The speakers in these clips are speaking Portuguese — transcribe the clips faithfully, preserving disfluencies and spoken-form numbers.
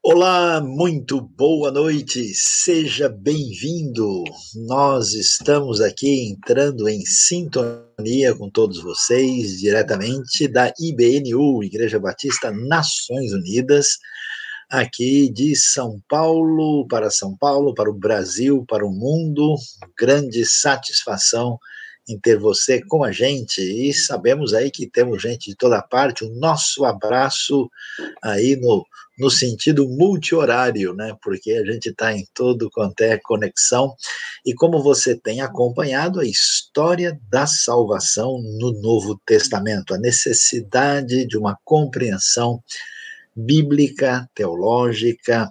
Olá, muito boa noite, seja bem-vindo. Nós estamos aqui entrando em sintonia com todos vocês, diretamente da I B N U, Igreja Batista Nações Unidas, aqui de São Paulo, para São Paulo, para o Brasil, para o mundo. Grande satisfação em ter você com a gente, e sabemos aí que temos gente de toda parte. O nosso abraço aí no, no sentido multi-horário, né? Porque a gente está em todo quanto é conexão. E como você tem acompanhado a história da salvação no Novo Testamento, a necessidade de uma compreensão bíblica, teológica,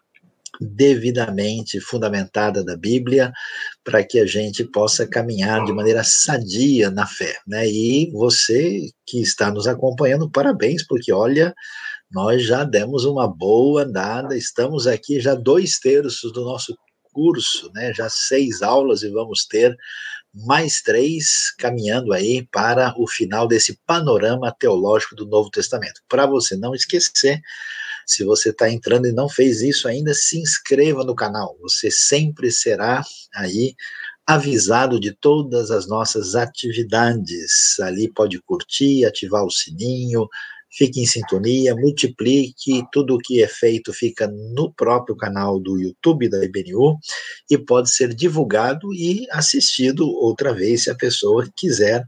devidamente fundamentada da Bíblia, para que a gente possa caminhar de maneira sadia na fé, né? E você que está nos acompanhando, parabéns, porque olha, nós já demos uma boa andada, estamos aqui já dois terços do nosso curso, né? Já seis aulas e vamos ter mais três caminhando aí para o final desse panorama teológico do Novo Testamento. Para você não esquecer, se você está entrando e não fez isso ainda, se inscreva no canal. Você sempre será aí avisado de todas as nossas atividades. Ali pode curtir, ativar o sininho, fique em sintonia, multiplique. Tudo o que é feito fica no próprio canal do YouTube da I B N U e pode ser divulgado e assistido outra vez, se a pessoa quiser,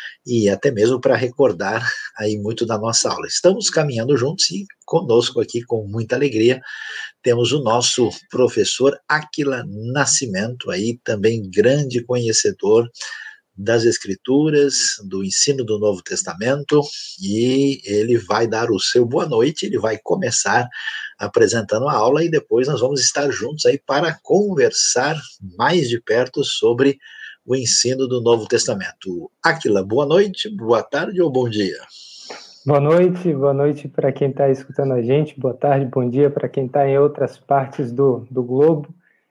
e até mesmo para recordar aí muito da nossa aula. Estamos caminhando juntos e conosco aqui, com muita alegria, temos o nosso professor Áquila Nascimento, aí também grande conhecedor das Escrituras, do ensino do Novo Testamento, e ele vai dar o seu boa noite. Ele vai começar apresentando a aula e depois nós vamos estar juntos aí para conversar mais de perto sobre o ensino do Novo Testamento. Áquila, boa noite, boa tarde ou bom dia? Boa noite, boa noite para quem está escutando a gente, boa tarde, bom dia para quem está em outras partes do, do globo.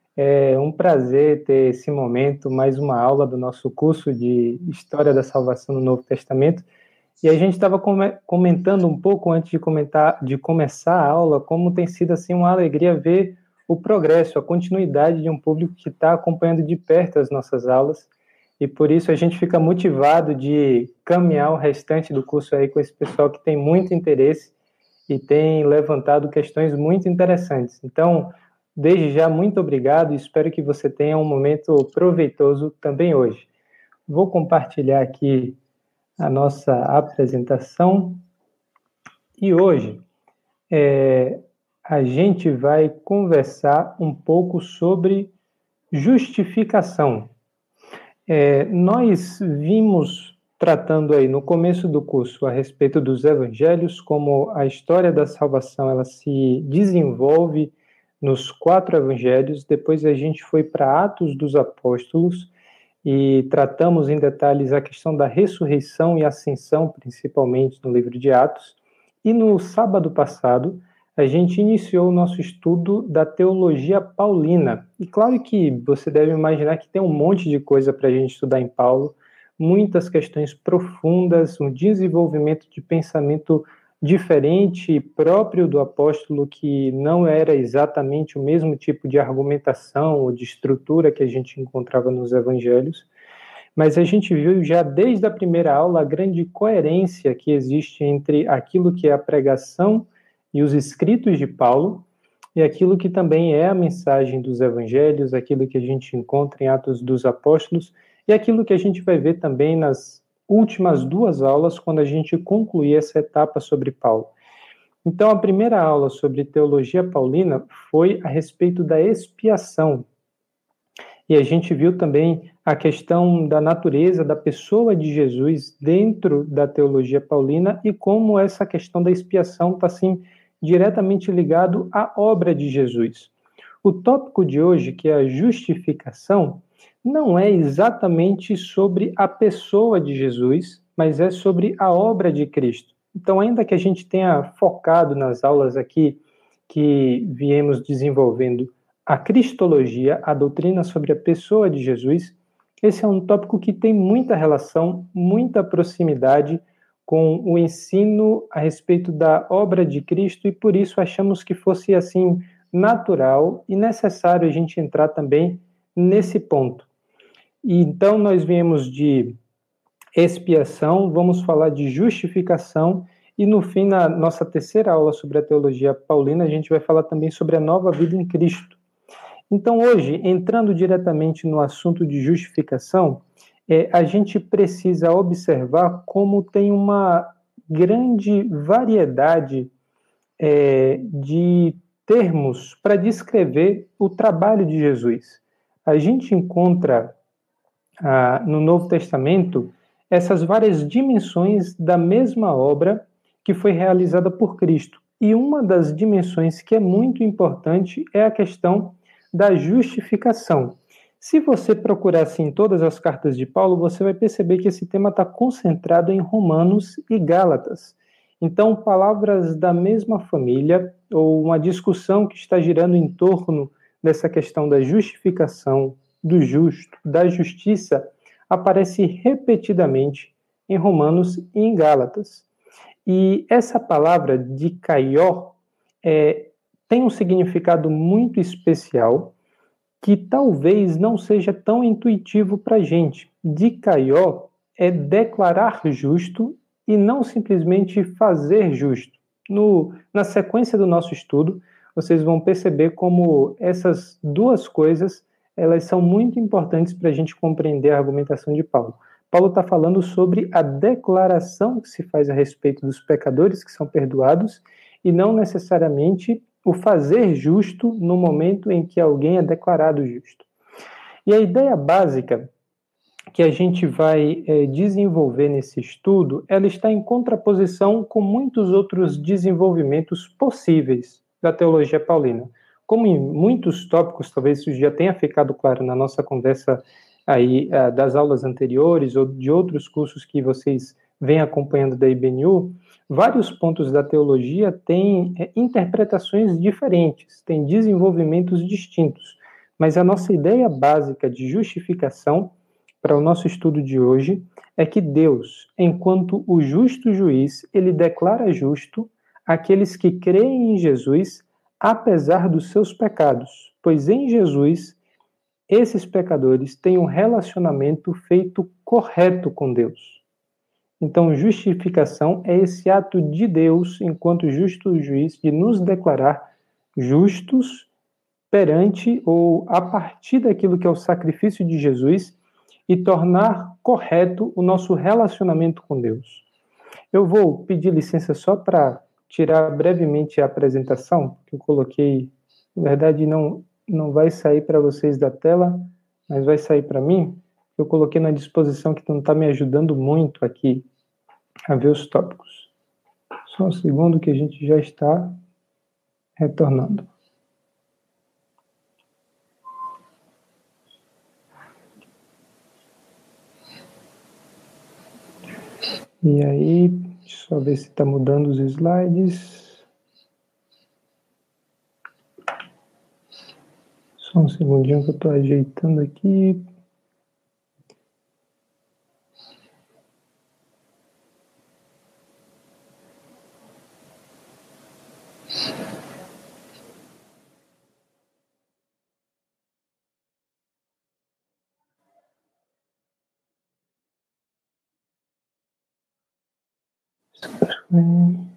É um prazer ter esse momento, mais uma aula do nosso curso de História da Salvação no Novo Testamento. E a gente estava comentando um pouco antes de, comentar, de começar a aula, como tem sido assim uma alegria ver o progresso, a continuidade de um público que está acompanhando de perto as nossas aulas. E por isso a gente fica motivado de caminhar o restante do curso aí com esse pessoal que tem muito interesse e tem levantado questões muito interessantes. Então, desde já, muito obrigado e espero que você tenha um momento proveitoso também hoje. Vou compartilhar aqui a nossa apresentação e hoje é, a gente vai conversar um pouco sobre justificação. É, nós vimos tratando aí no começo do curso a respeito dos evangelhos, como a história da salvação ela se desenvolve nos quatro evangelhos. Depois a gente foi para Atos dos Apóstolos e tratamos em detalhes a questão da ressurreição e ascensão, principalmente no livro de Atos. E no sábado passado a gente iniciou o nosso estudo da teologia paulina. E claro que você deve imaginar que tem um monte de coisa para a gente estudar em Paulo, muitas questões profundas, um desenvolvimento de pensamento diferente, próprio do apóstolo, que não era exatamente o mesmo tipo de argumentação ou de estrutura que a gente encontrava nos evangelhos. Mas a gente viu já desde a primeira aula a grande coerência que existe entre aquilo que é a pregação e os escritos de Paulo, e aquilo que também é a mensagem dos evangelhos, aquilo que a gente encontra em Atos dos Apóstolos, e aquilo que a gente vai ver também nas últimas duas aulas, quando a gente concluir essa etapa sobre Paulo. Então, a primeira aula sobre teologia paulina foi a respeito da expiação. E a gente viu também a questão da natureza da pessoa de Jesus dentro da teologia paulina e como essa questão da expiação está, assim, diretamente ligado à obra de Jesus. O tópico de hoje, que é a justificação, não é exatamente sobre a pessoa de Jesus, mas é sobre a obra de Cristo. Então, ainda que a gente tenha focado nas aulas aqui que viemos desenvolvendo a cristologia, a doutrina sobre a pessoa de Jesus, esse é um tópico que tem muita relação, muita proximidade com o ensino a respeito da obra de Cristo, e por isso achamos que fosse assim natural e necessário a gente entrar também nesse ponto. E então nós viemos de expiação, vamos falar de justificação, e no fim, na nossa terceira aula sobre a teologia paulina, a gente vai falar também sobre a nova vida em Cristo. Então hoje, entrando diretamente no assunto de justificação, é, a gente precisa observar como tem uma grande variedade é, de termos para descrever o trabalho de Jesus. A gente encontra ah, no Novo Testamento essas várias dimensões da mesma obra que foi realizada por Cristo. E uma das dimensões que é muito importante é a questão da justificação. Se você procurar assim, em todas as cartas de Paulo, você vai perceber que esse tema está concentrado em Romanos e Gálatas. Então, palavras da mesma família, ou uma discussão que está girando em torno dessa questão da justificação, do justo, da justiça, aparece repetidamente em Romanos e em Gálatas. E essa palavra dikaió é, tem um significado muito especial que talvez não seja tão intuitivo para a gente. Dikaió é declarar justo e não simplesmente fazer justo. No, na sequência do nosso estudo, vocês vão perceber como essas duas coisas elas são muito importantes para a gente compreender a argumentação de Paulo. Paulo está falando sobre a declaração que se faz a respeito dos pecadores que são perdoados e não necessariamente o fazer justo no momento em que alguém é declarado justo. E a ideia básica que a gente vai é, desenvolver nesse estudo, ela está em contraposição com muitos outros desenvolvimentos possíveis da teologia paulina. Como em muitos tópicos, talvez isso já tenha ficado claro na nossa conversa aí uh, das aulas anteriores ou de outros cursos que vocês vêm acompanhando da I B N U, vários pontos da teologia têm é, interpretações diferentes, têm desenvolvimentos distintos, mas a nossa ideia básica de justificação para o nosso estudo de hoje é que Deus, enquanto o justo juiz, ele declara justo aqueles que creem em Jesus apesar dos seus pecados, pois em Jesus esses pecadores têm um relacionamento feito correto com Deus. Então, justificação é esse ato de Deus, enquanto justo juiz, de nos declarar justos perante ou a partir daquilo que é o sacrifício de Jesus e tornar correto o nosso relacionamento com Deus. Eu vou pedir licença só para tirar brevemente a apresentação, que eu coloquei, na verdade não, não vai sair para vocês da tela, mas vai sair para mim. Eu coloquei na disposição que não está me ajudando muito aqui a ver os tópicos. Só um segundo que a gente já está retornando. E aí, deixa eu só ver se está mudando os slides. Só um segundinho que eu estou ajeitando aqui. Hum.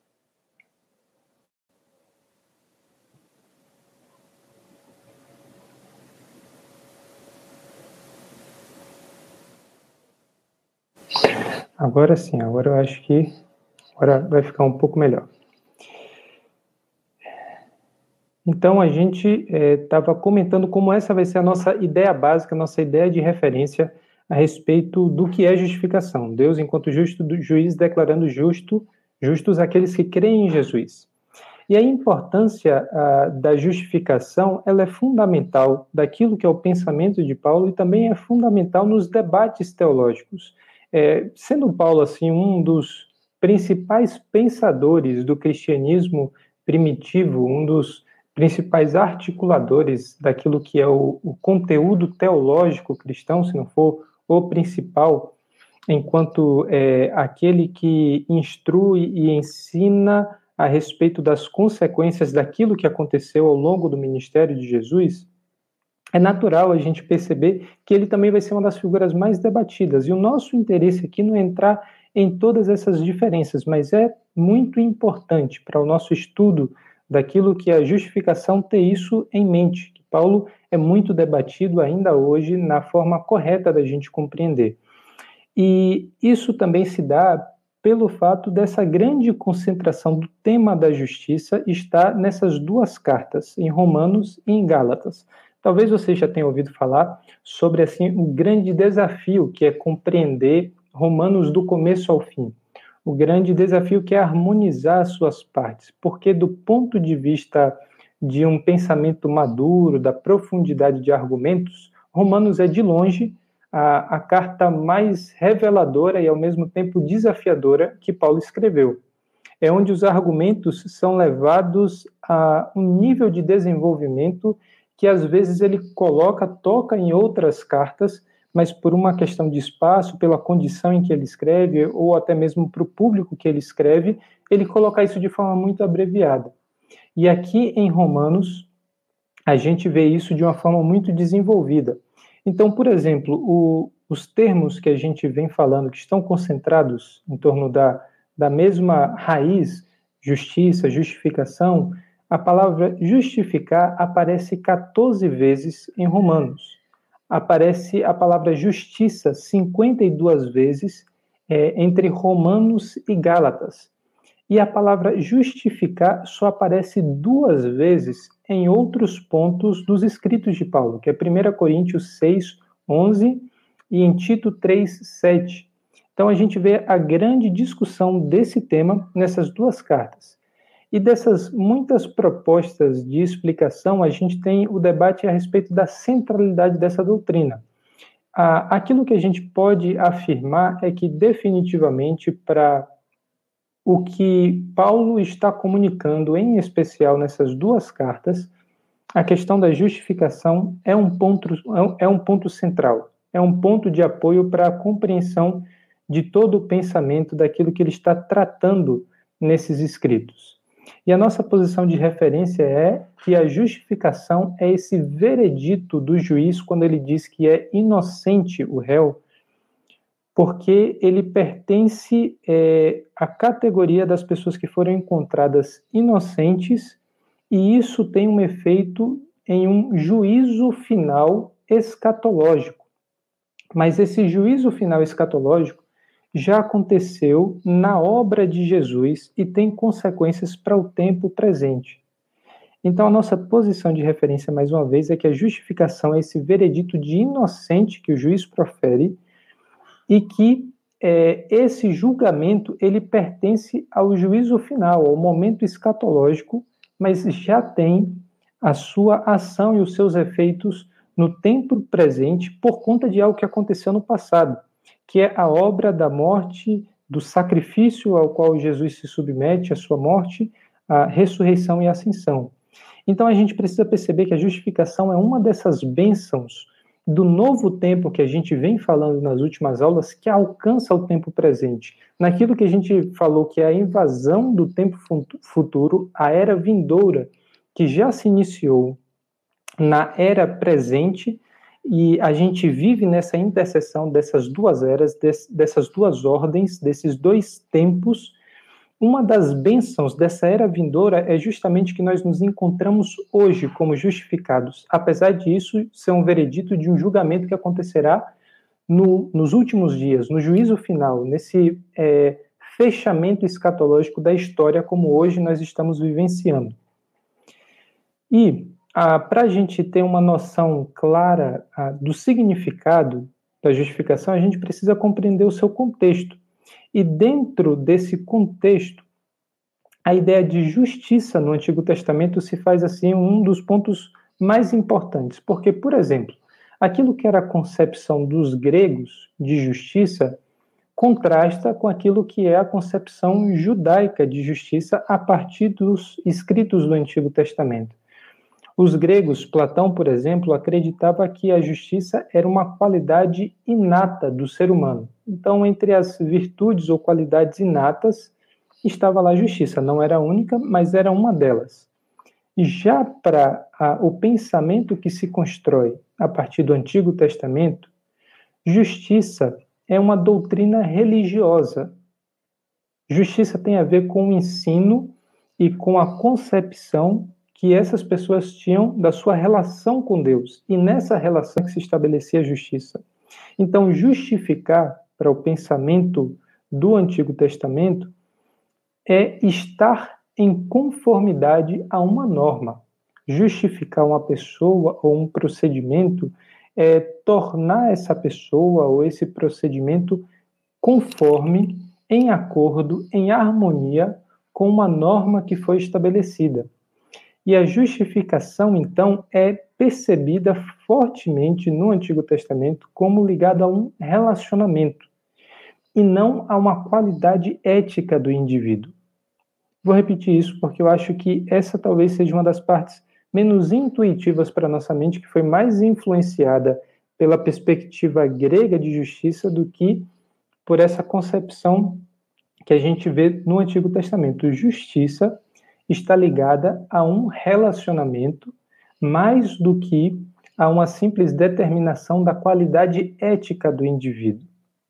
Agora sim, agora eu acho que agora vai ficar um pouco melhor. Então, a gente estava é, comentando como essa vai ser a nossa ideia básica, a nossa ideia de referência a respeito do que é justificação. Deus, enquanto justo do juiz, declarando justo, justos aqueles que creem em Jesus. E a importância a, da justificação, ela é fundamental daquilo que é o pensamento de Paulo e também é fundamental nos debates teológicos. É, sendo Paulo, assim, um dos principais pensadores do cristianismo primitivo, um dos principais articuladores daquilo que é o, o conteúdo teológico cristão, se não for o principal, enquanto é, aquele que instrui e ensina a respeito das consequências daquilo que aconteceu ao longo do ministério de Jesus, é natural a gente perceber que ele também vai ser uma das figuras mais debatidas. E o nosso interesse aqui não é entrar em todas essas diferenças, mas é muito importante para o nosso estudo daquilo que é a justificação ter isso em mente, que Paulo é muito debatido ainda hoje na forma correta da gente compreender. E isso também se dá pelo fato dessa grande concentração do tema da justiça estar nessas duas cartas, em Romanos e em Gálatas. Talvez você já tenha ouvido falar sobre assim, o grande desafio que é compreender Romanos do começo ao fim. O grande desafio que é harmonizar as suas partes, porque do ponto de vista de um pensamento maduro, da profundidade de argumentos, Romanos é de longe a, a carta mais reveladora e ao mesmo tempo desafiadora que Paulo escreveu. É onde os argumentos são levados a um nível de desenvolvimento que às vezes ele coloca, toca em outras cartas, mas por uma questão de espaço, pela condição em que ele escreve, ou até mesmo para o público que ele escreve, ele coloca isso de forma muito abreviada. E aqui em Romanos, a gente vê isso de uma forma muito desenvolvida. Então, por exemplo, o, os termos que a gente vem falando, que estão concentrados em torno da, da mesma raiz, justiça, justificação, a palavra justificar aparece quatorze vezes em Romanos. Aparece a palavra justiça cinquenta e duas vezes é, entre Romanos e Gálatas. E a palavra justificar só aparece duas vezes em outros pontos dos escritos de Paulo, que é primeira Coríntios seis, onze e em Tito três, sete. Então a gente vê a grande discussão desse tema nessas duas cartas. E dessas muitas propostas de explicação, a gente tem o debate a respeito da centralidade dessa doutrina. Ah, aquilo que a gente pode afirmar é que, definitivamente, para o que Paulo está comunicando, em especial nessas duas cartas, a questão da justificação é um ponto, é um ponto central, é um ponto de apoio para a compreensão de todo o pensamento daquilo que ele está tratando nesses escritos. E a nossa posição de referência é que a justificação é esse veredito do juiz quando ele diz que é inocente o réu, porque ele pertence é, à categoria das pessoas que foram encontradas inocentes, e isso tem um efeito em um juízo final escatológico. Mas esse juízo final escatológico já aconteceu na obra de Jesus e tem consequências para o tempo presente. Então, a nossa posição de referência, mais uma vez, é que a justificação é esse veredito de inocente que o juiz profere e que é, esse julgamento ele pertence ao juízo final, ao momento escatológico, mas já tem a sua ação e os seus efeitos no tempo presente por conta de algo que aconteceu no passado, que é a obra da morte, do sacrifício ao qual Jesus se submete, a sua morte, a ressurreição e a ascensão. Então a gente precisa perceber que a justificação é uma dessas bênçãos do novo tempo que a gente vem falando nas últimas aulas, que alcança o tempo presente. Naquilo que a gente falou que é a invasão do tempo futuro, a era vindoura, que já se iniciou na era presente, e a gente vive nessa interseção dessas duas eras, dessas duas ordens, desses dois tempos. Uma das bênçãos dessa era vindoura é justamente que nós nos encontramos hoje como justificados, apesar disso ser um veredito de um julgamento que acontecerá no, nos últimos dias, no juízo final, nesse é, fechamento escatológico da história como hoje nós estamos vivenciando. E para a gente ter uma noção clara a, do significado da justificação, a gente precisa compreender o seu contexto. E dentro desse contexto, a ideia de justiça no Antigo Testamento se faz assim um dos pontos mais importantes. Porque, por exemplo, aquilo que era a concepção dos gregos de justiça contrasta com aquilo que é a concepção judaica de justiça a partir dos escritos do Antigo Testamento. Os gregos, Platão, por exemplo, acreditava que a justiça era uma qualidade inata do ser humano. Então, entre as virtudes ou qualidades inatas, estava lá a justiça. Não era a única, mas era uma delas. Já para o pensamento que se constrói a partir do Antigo Testamento, justiça é uma doutrina religiosa. Justiça tem a ver com o ensino e com a concepção que essas pessoas tinham da sua relação com Deus. E nessa relação que se estabelecia a justiça. Então, justificar para o pensamento do Antigo Testamento é estar em conformidade a uma norma. Justificar uma pessoa ou um procedimento é tornar essa pessoa ou esse procedimento conforme, em acordo, em harmonia com uma norma que foi estabelecida. E a justificação, então, é percebida fortemente no Antigo Testamento como ligada a um relacionamento e não a uma qualidade ética do indivíduo. Vou repetir isso porque eu acho que essa talvez seja uma das partes menos intuitivas para a nossa mente, que foi mais influenciada pela perspectiva grega de justiça do que por essa concepção que a gente vê no Antigo Testamento. Justiça está ligada a um relacionamento mais do que a uma simples determinação da qualidade ética do indivíduo.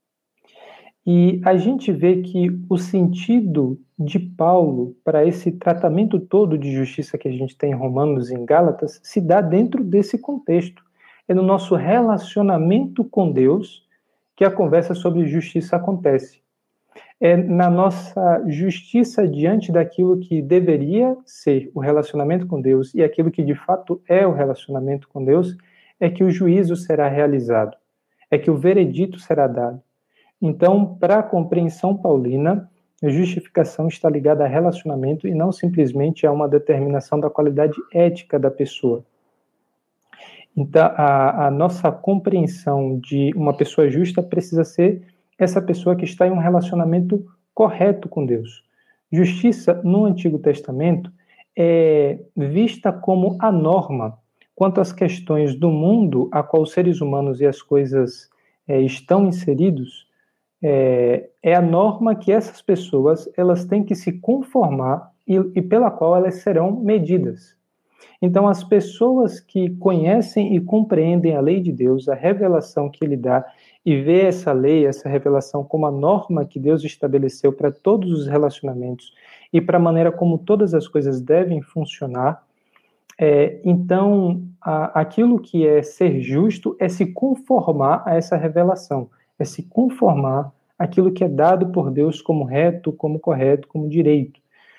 E a gente vê que o sentido de Paulo para esse tratamento todo de justiça que a gente tem em Romanos e em Gálatas se dá dentro desse contexto. É no nosso relacionamento com Deus que a conversa sobre justiça acontece. É na nossa justiça diante daquilo que deveria ser o relacionamento com Deus e aquilo que de fato é o relacionamento com Deus, é que o juízo será realizado, é que o veredito será dado. Então, para a compreensão paulina, a justificação está ligada a relacionamento e não simplesmente a uma determinação da qualidade ética da pessoa. Então, a, a nossa compreensão de uma pessoa justa precisa ser essa pessoa que está em um relacionamento correto com Deus. Justiça, no Antigo Testamento, é vista como a norma quanto às questões do mundo a qual os seres humanos e as coisas é, estão inseridos. É, é a norma que essas pessoas elas têm que se conformar e, e pela qual elas serão medidas. Então, as pessoas que conhecem e compreendem a lei de Deus, a revelação que Ele dá, e vê essa lei, essa revelação como a norma que Deus estabeleceu para todos os relacionamentos e para a maneira como todas as coisas devem funcionar, é, então, a, aquilo que é ser justo é se conformar a essa revelação, é se conformar àquilo que é dado por Deus como reto, como correto, como direito.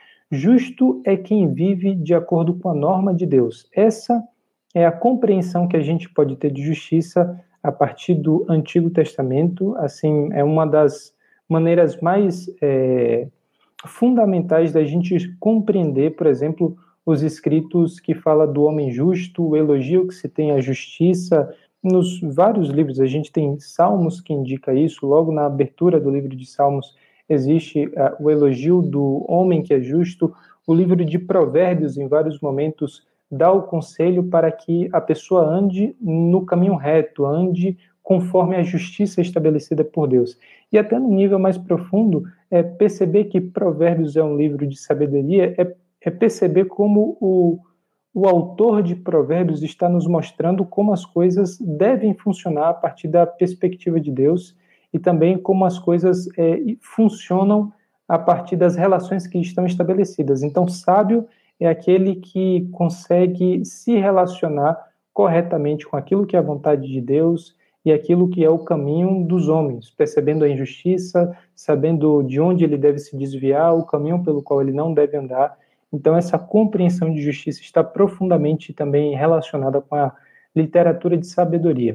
Justo é quem vive de acordo com a norma de Deus. Essa é a compreensão que a gente pode ter de justiça a partir do Antigo Testamento. Assim, é uma das maneiras mais é, fundamentais da gente compreender, por exemplo, os escritos que falam do homem justo, o elogio que se tem à justiça. Nos vários livros, a gente tem Salmos que indica isso. Logo na abertura do livro de Salmos, existe uh, o elogio do homem que é justo. O livro de Provérbios, em vários momentos, dá o conselho para que a pessoa ande no caminho reto, ande conforme a justiça estabelecida por Deus. E até no nível mais profundo, é perceber que Provérbios é um livro de sabedoria, é, é perceber como o, o autor de Provérbios está nos mostrando como as coisas devem funcionar a partir da perspectiva de Deus, e também como as coisas é, funcionam a partir das relações que estão estabelecidas. Então, sábio é aquele que consegue se relacionar corretamente com aquilo que é a vontade de Deus e aquilo que é o caminho dos homens, percebendo a injustiça, sabendo de onde ele deve se desviar, o caminho pelo qual ele não deve andar. Então, essa compreensão de justiça está profundamente também relacionada com a literatura de sabedoria.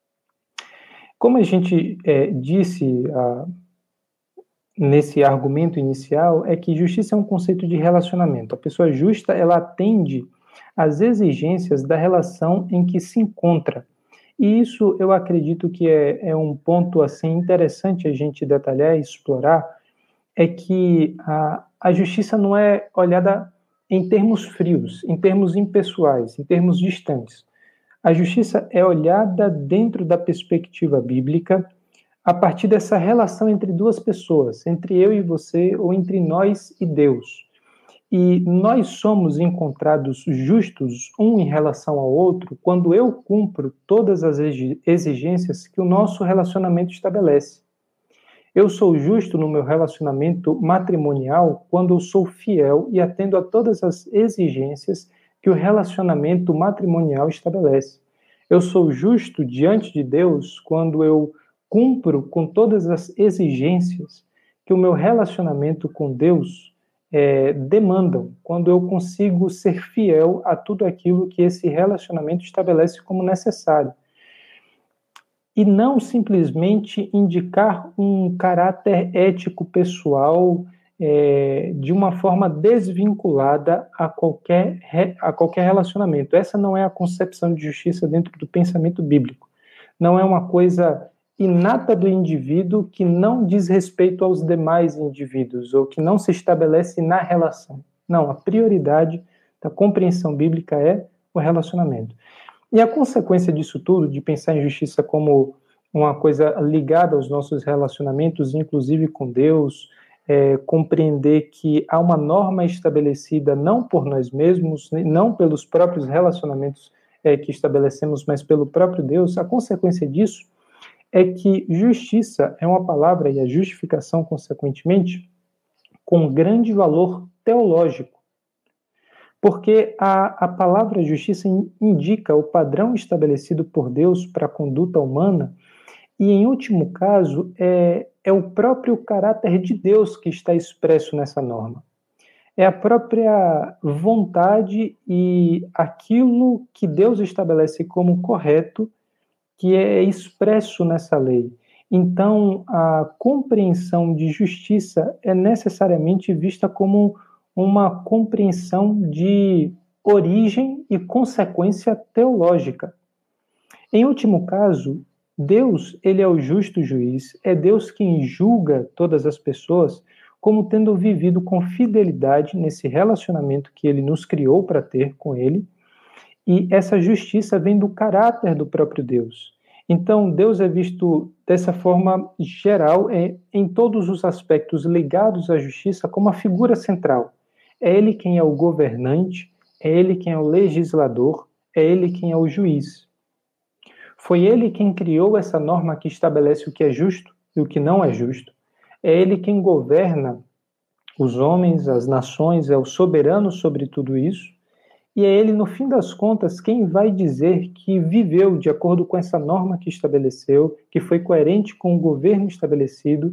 Como a gente é, disse ah, nesse argumento inicial, é que justiça é um conceito de relacionamento. A pessoa justa, ela atende às exigências da relação em que se encontra. E isso eu acredito que é, é um ponto assim interessante a gente detalhar e explorar, é que a, a justiça não é olhada em termos frios, em termos impessoais, em termos distantes. A justiça é olhada dentro da perspectiva bíblica, a partir dessa relação entre duas pessoas, entre eu e você, ou entre nós e Deus. E nós somos encontrados justos um em relação ao outro quando eu cumpro todas as exigências que o nosso relacionamento estabelece. Eu sou justo no meu relacionamento matrimonial quando eu sou fiel e atendo a todas as exigências que o relacionamento matrimonial estabelece. Eu sou justo diante de Deus quando eu cumpro com todas as exigências que o meu relacionamento com Deus é, demandam, quando eu consigo ser fiel a tudo aquilo que esse relacionamento estabelece como necessário. E não simplesmente indicar um caráter ético pessoal é, de uma forma desvinculada a qualquer, a qualquer relacionamento. Essa não é a concepção de justiça dentro do pensamento bíblico. Não é uma coisa inata do indivíduo que não diz respeito aos demais indivíduos ou que não se estabelece na relação. Não, a prioridade da compreensão bíblica é o relacionamento. E a consequência disso tudo, de pensar em justiça como uma coisa ligada aos nossos relacionamentos, inclusive com Deus, é, compreender que há uma norma estabelecida não por nós mesmos, não pelos próprios relacionamentos é, que estabelecemos, mas pelo próprio Deus, a consequência disso é que justiça é uma palavra, e a justificação, consequentemente, com grande valor teológico. Porque a, a palavra justiça indica o padrão estabelecido por Deus para a conduta humana e, em último caso, é, é o próprio caráter de Deus que está expresso nessa norma. É a própria vontade e aquilo que Deus estabelece como correto que é expresso nessa lei. Então, a compreensão de justiça é necessariamente vista como uma compreensão de origem e consequência teológica. Em último caso, Deus, ele é o justo juiz, é Deus quem julga todas as pessoas como tendo vivido com fidelidade nesse relacionamento que ele nos criou para ter com ele, e essa justiça vem do caráter do próprio Deus. Então, Deus é visto dessa forma geral, é, em todos os aspectos ligados à justiça, como a figura central. É Ele quem é o governante, é Ele quem é o legislador, é Ele quem é o juiz. Foi Ele quem criou essa norma que estabelece o que é justo e o que não é justo. É Ele quem governa os homens, as nações, é o soberano sobre tudo isso. E é Ele, no fim das contas, quem vai dizer que viveu de acordo com essa norma que estabeleceu, que foi coerente com o governo estabelecido,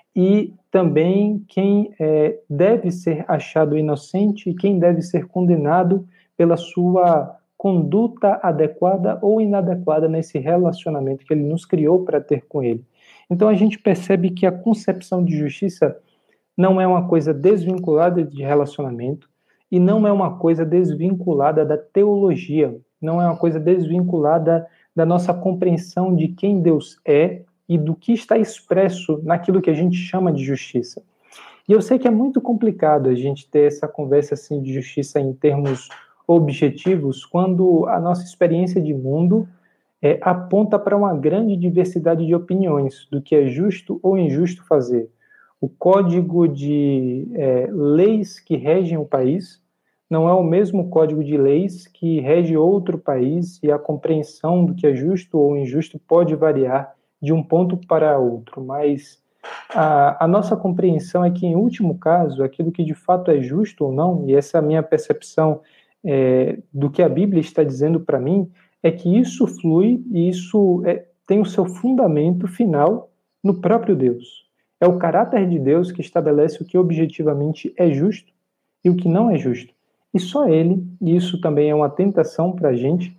e também quem é, deve ser achado inocente e quem deve ser condenado pela sua conduta adequada ou inadequada nesse relacionamento que Ele nos criou para ter com Ele. Então a gente percebe que a concepção de justiça não é uma coisa desvinculada de relacionamento, e não é uma coisa desvinculada da teologia, não é uma coisa desvinculada da nossa compreensão de quem Deus é e do que está expresso naquilo que a gente chama de justiça. E eu sei que é muito complicado a gente ter essa conversa assim de justiça em termos objetivos, quando a nossa experiência de mundo é, aponta para uma grande diversidade de opiniões do que é justo ou injusto fazer. O código de é, leis que regem o país não é o mesmo código de leis que rege outro país, e a compreensão do que é justo ou injusto pode variar de um ponto para outro, mas a, a nossa compreensão é que, em último caso, aquilo que de fato é justo ou não, e essa é a minha percepção é, do que a Bíblia está dizendo para mim, é que isso flui e isso é, tem o seu fundamento final no próprio Deus. É o caráter de Deus que estabelece o que objetivamente é justo e o que não é justo. E só Ele, e isso também é uma tentação para a gente,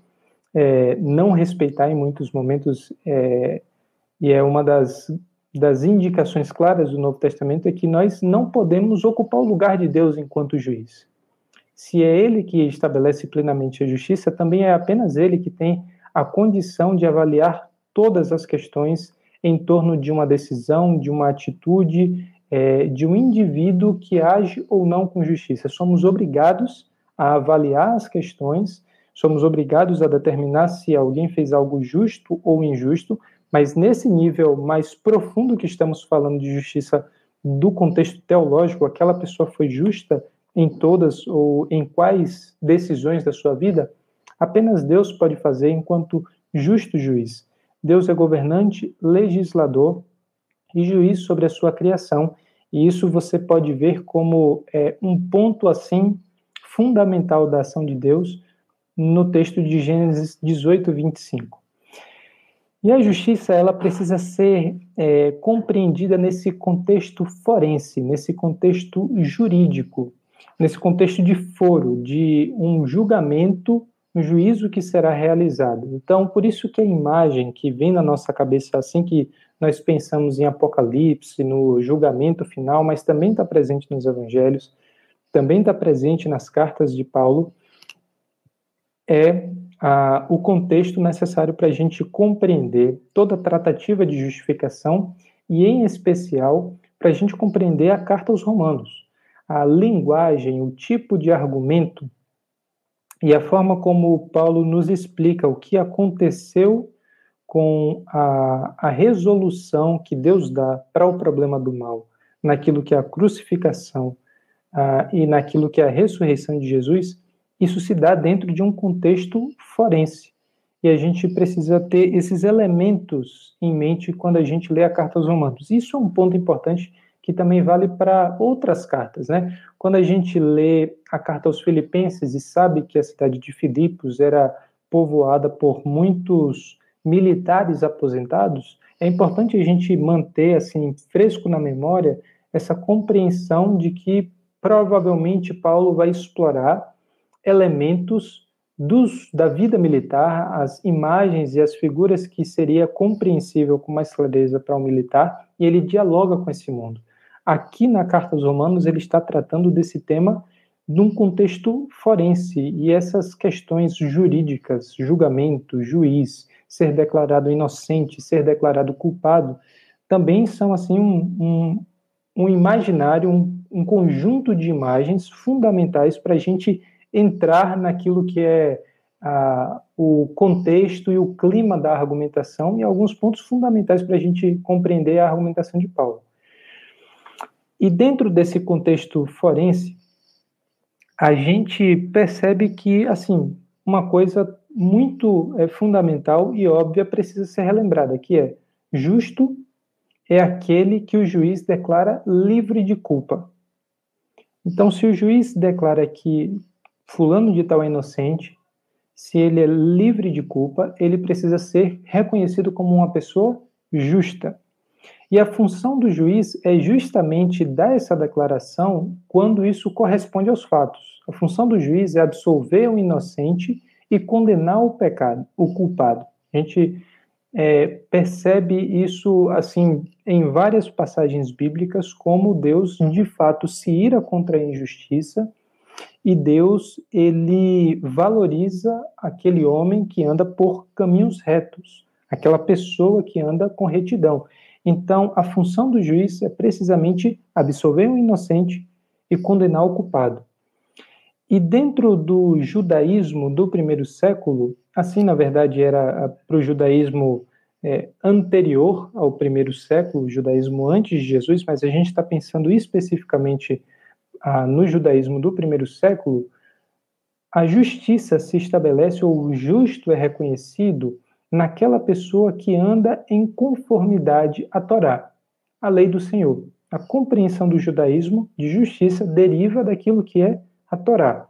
é, não respeitar em muitos momentos, é, e é uma das, das indicações claras do Novo Testamento, é que nós não podemos ocupar o lugar de Deus enquanto juiz. Se é Ele que estabelece plenamente a justiça, também é apenas Ele que tem a condição de avaliar todas as questões em torno de uma decisão, de uma atitude, é, de um indivíduo que age ou não com justiça. Somos obrigados a avaliar as questões, somos obrigados a determinar se alguém fez algo justo ou injusto, mas nesse nível mais profundo que estamos falando de justiça do contexto teológico, aquela pessoa foi justa em todas ou em quais decisões da sua vida, apenas Deus pode fazer enquanto justo juiz. Deus é governante, legislador e juiz sobre a sua criação, e isso você pode ver como é, um ponto assim fundamental da ação de Deus no texto de Gênesis dezoito, vinte e cinco. E a justiça, ela precisa ser é, compreendida nesse contexto forense, nesse contexto jurídico, nesse contexto de foro, de um julgamento, um juízo que será realizado. Então, por isso que a imagem que vem na nossa cabeça assim que nós pensamos em Apocalipse, no julgamento final, mas também está presente nos evangelhos, também está presente nas cartas de Paulo, é ah, o contexto necessário para a gente compreender toda a tratativa de justificação e, em especial, para a gente compreender a carta aos Romanos. A linguagem, o tipo de argumento e a forma como Paulo nos explica o que aconteceu com a, a resolução que Deus dá para o problema do mal, naquilo que é a crucificação ah, e naquilo que é a ressurreição de Jesus, isso se dá dentro de um contexto forense. E a gente precisa ter esses elementos em mente quando a gente lê a carta aos Romanos. Isso é um ponto importante que também vale para outras cartas, né? Quando a gente lê a carta aos Filipenses e sabe que a cidade de Filipos era povoada por muitos militares aposentados, é importante a gente manter assim fresco na memória essa compreensão de que provavelmente Paulo vai explorar elementos dos, da vida militar, as imagens e as figuras que seria compreensível com mais clareza para um militar, e ele dialoga com esse mundo. Aqui na Carta aos Romanos ele está tratando desse tema num contexto forense, e essas questões jurídicas, julgamento, juiz, ser declarado inocente, ser declarado culpado, também são assim um, um, um imaginário, um, um conjunto de imagens fundamentais para a gente entrar naquilo que é ah, o contexto e o clima da argumentação e alguns pontos fundamentais para a gente compreender a argumentação de Paulo. E dentro desse contexto forense, a gente percebe que, assim, uma coisa muito é, fundamental e óbvia precisa ser relembrada, que é justo é aquele que o juiz declara livre de culpa. Então, se o juiz declara que fulano de tal é inocente, se ele é livre de culpa, ele precisa ser reconhecido como uma pessoa justa. E a função do juiz é justamente dar essa declaração quando isso corresponde aos fatos. A função do juiz é absolver o inocente e condenar o pecado, o culpado. A gente é, percebe isso assim em várias passagens bíblicas, como Deus de fato se ira contra a injustiça. E Deus, ele valoriza aquele homem que anda por caminhos retos, aquela pessoa que anda com retidão. Então, a função do juiz é precisamente absolver o inocente e condenar o culpado. E dentro do judaísmo do primeiro século, assim, na verdade, era para o judaísmo é, anterior ao primeiro século, o judaísmo antes de Jesus, mas a gente está pensando especificamente Ah, no judaísmo do primeiro século, a justiça se estabelece, ou o justo é reconhecido naquela pessoa que anda em conformidade à Torá, a lei do Senhor. A compreensão do judaísmo de justiça deriva daquilo que é a Torá.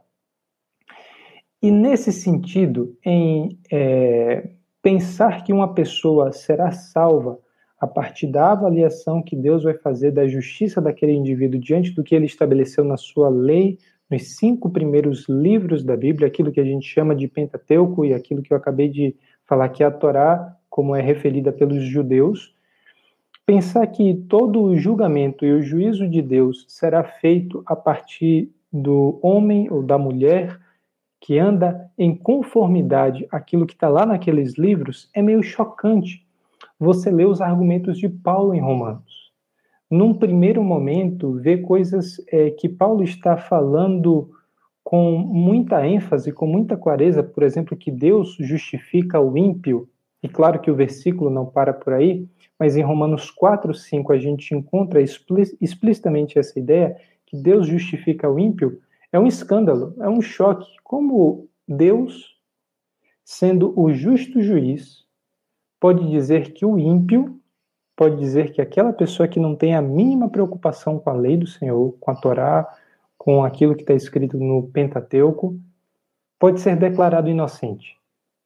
E nesse sentido, em é, pensar que uma pessoa será salva a partir da avaliação que Deus vai fazer da justiça daquele indivíduo diante do que ele estabeleceu na sua lei, nos cinco primeiros livros da Bíblia, aquilo que a gente chama de Pentateuco e aquilo que eu acabei de falar que é a Torá, como é referida pelos judeus, pensar que todo o julgamento e o juízo de Deus será feito a partir do homem ou da mulher que anda em conformidade àquilo que está lá naqueles livros é meio chocante. Você lê os argumentos de Paulo em Romanos. num primeiro momento, vê coisas é, que Paulo está falando com muita ênfase, com muita clareza, por exemplo, que Deus justifica o ímpio, e claro que o versículo não para por aí, mas em Romanos quatro, cinco a gente encontra explicitamente essa ideia, que Deus justifica o ímpio. É um escândalo, é um choque. Como Deus, sendo o justo juiz, pode dizer que o ímpio, pode dizer que aquela pessoa que não tem a mínima preocupação com a lei do Senhor, com a Torá, com aquilo que está escrito no Pentateuco, pode ser declarado inocente.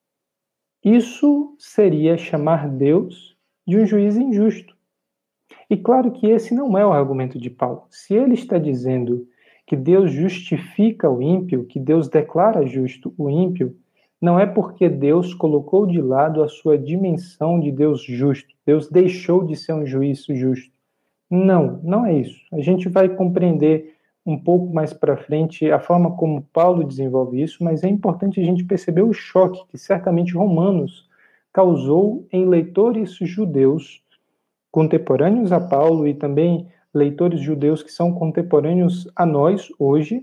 Isso seria chamar Deus de um juiz injusto. E claro que esse não é o argumento de Paulo. Se ele está dizendo que Deus justifica o ímpio, que Deus declara justo o ímpio, não é porque Deus colocou de lado a sua dimensão de Deus justo. Deus deixou de ser um juiz justo. Não, não é isso. A gente vai compreender um pouco mais para frente a forma como Paulo desenvolve isso, mas é importante a gente perceber o choque que certamente Romanos causou em leitores judeus contemporâneos a Paulo e também leitores judeus que são contemporâneos a nós hoje,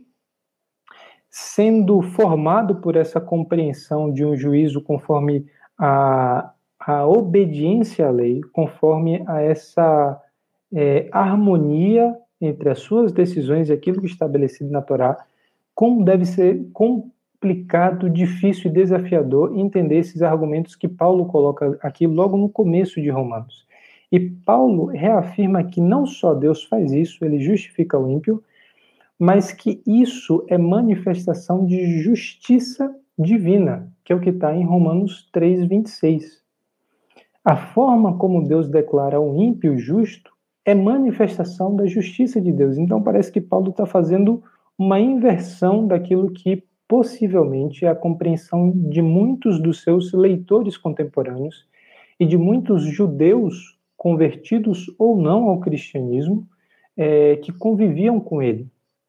sendo formado por essa compreensão de um juízo conforme a, a obediência à lei, conforme a essa é, harmonia entre as suas decisões e aquilo que é estabelecido na Torá, como deve ser complicado, difícil e desafiador entender esses argumentos que Paulo coloca aqui logo no começo de Romanos. E Paulo reafirma que não só Deus faz isso, ele justifica o ímpio, mas que isso é manifestação de justiça divina, que é o que está em Romanos três, vinte e seis. A forma como Deus declara o ímpio justo é manifestação da justiça de Deus. Então parece que Paulo está fazendo uma inversão daquilo que possivelmente é a compreensão de muitos dos seus leitores contemporâneos e de muitos judeus convertidos ou não ao cristianismo, é, que conviviam com ele.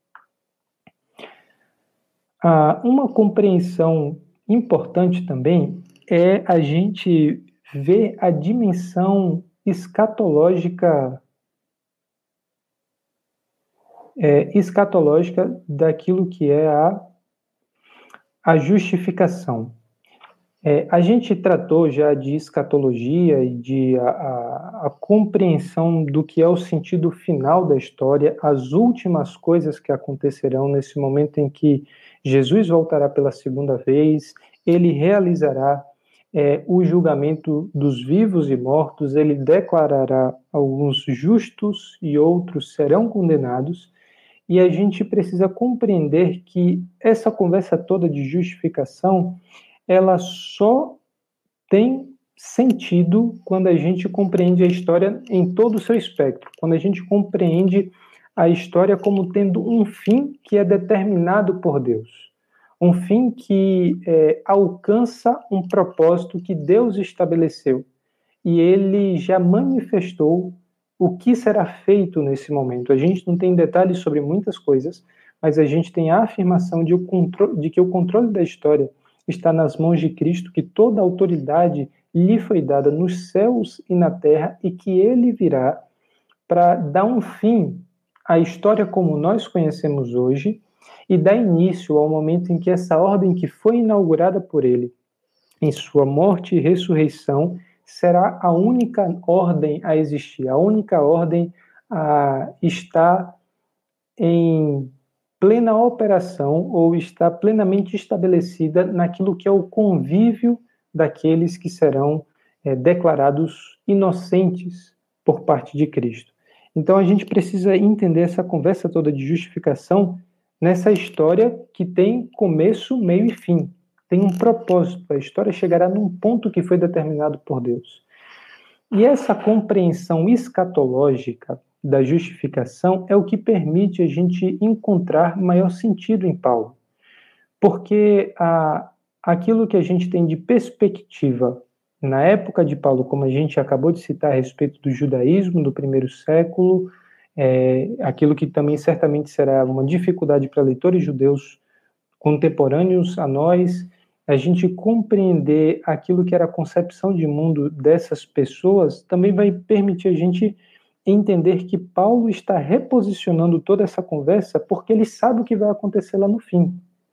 Ah, uma compreensão importante também é a gente ver a dimensão escatológica, é, escatológica daquilo que é a, a justificação. É, a gente tratou já de escatologia e de a, a, a compreensão do que é o sentido final da história, as últimas coisas que acontecerão nesse momento em que Jesus voltará pela segunda vez, ele realizará é, o julgamento dos vivos e mortos, ele declarará alguns justos e outros serão condenados, e a gente precisa compreender que essa conversa toda de justificação ela só tem sentido quando a gente compreende a história em todo o seu espectro, quando a gente compreende a história como tendo um fim que é determinado por Deus, um fim que é, alcança um propósito que Deus estabeleceu, e ele já manifestou o que será feito nesse momento. A gente não tem detalhes sobre muitas coisas, mas a gente tem a afirmação de, o contro- de que o controle da história está nas mãos de Cristo, que toda a autoridade lhe foi dada nos céus e na terra, e que ele virá para dar um fim à história como nós conhecemos hoje e dar início ao momento em que essa ordem que foi inaugurada por ele, em sua morte e ressurreição, será a única ordem a existir, a única ordem a estar em plena operação ou está plenamente estabelecida naquilo que é o convívio daqueles que serão é, declarados inocentes por parte de Cristo. Então a gente precisa entender essa conversa toda de justificação nessa história que tem começo, meio e fim. Tem um propósito, a história chegará num ponto que foi determinado por Deus. E essa compreensão escatológica da justificação é o que permite a gente encontrar maior sentido em Paulo. Porque a, aquilo que a gente tem de perspectiva na época de Paulo, como a gente acabou de citar a respeito do judaísmo do primeiro século, é, aquilo que também certamente será uma dificuldade para leitores judeus contemporâneos a nós, a gente compreender aquilo que era a concepção de mundo dessas pessoas também vai permitir a gente entender que Paulo está reposicionando toda essa conversa porque ele sabe o que vai acontecer lá no fim.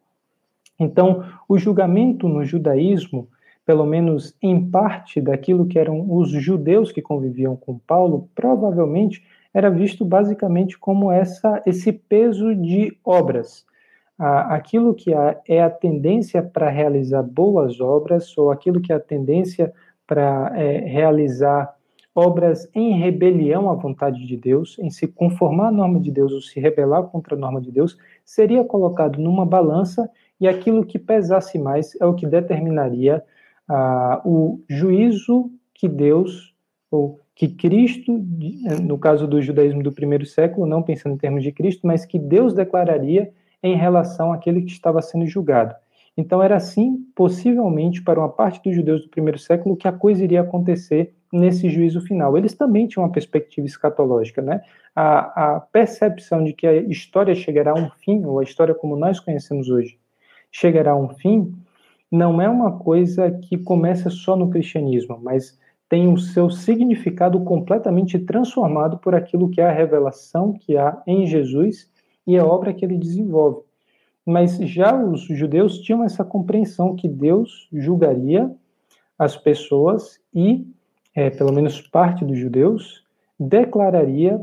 Então, o julgamento no judaísmo, pelo menos em parte daquilo que eram os judeus que conviviam com Paulo, provavelmente era visto basicamente como essa, esse peso de obras. Aquilo que é a tendência para realizar boas obras, ou aquilo que é a tendência para é, realizar obras em rebelião à vontade de Deus, em se conformar à norma de Deus ou se rebelar contra a norma de Deus, seria colocado numa balança, e aquilo que pesasse mais é o que determinaria ah, o juízo que Deus, ou que Cristo, no caso do judaísmo do primeiro século, não pensando em termos de Cristo, mas que Deus declararia em relação àquele que estava sendo julgado. Então era assim, possivelmente, para uma parte dos judeus do primeiro século, que a coisa iria acontecer nesse juízo final. Eles também tinham uma perspectiva escatológica, né? A, a percepção de que a história chegará a um fim, ou a história como nós conhecemos hoje, chegará a um fim, não é uma coisa que começa só no cristianismo, mas tem o seu significado completamente transformado por aquilo que é a revelação que há em Jesus e a obra que ele desenvolve. Mas já os judeus tinham essa compreensão que Deus julgaria as pessoas e, é, pelo menos parte dos judeus, declararia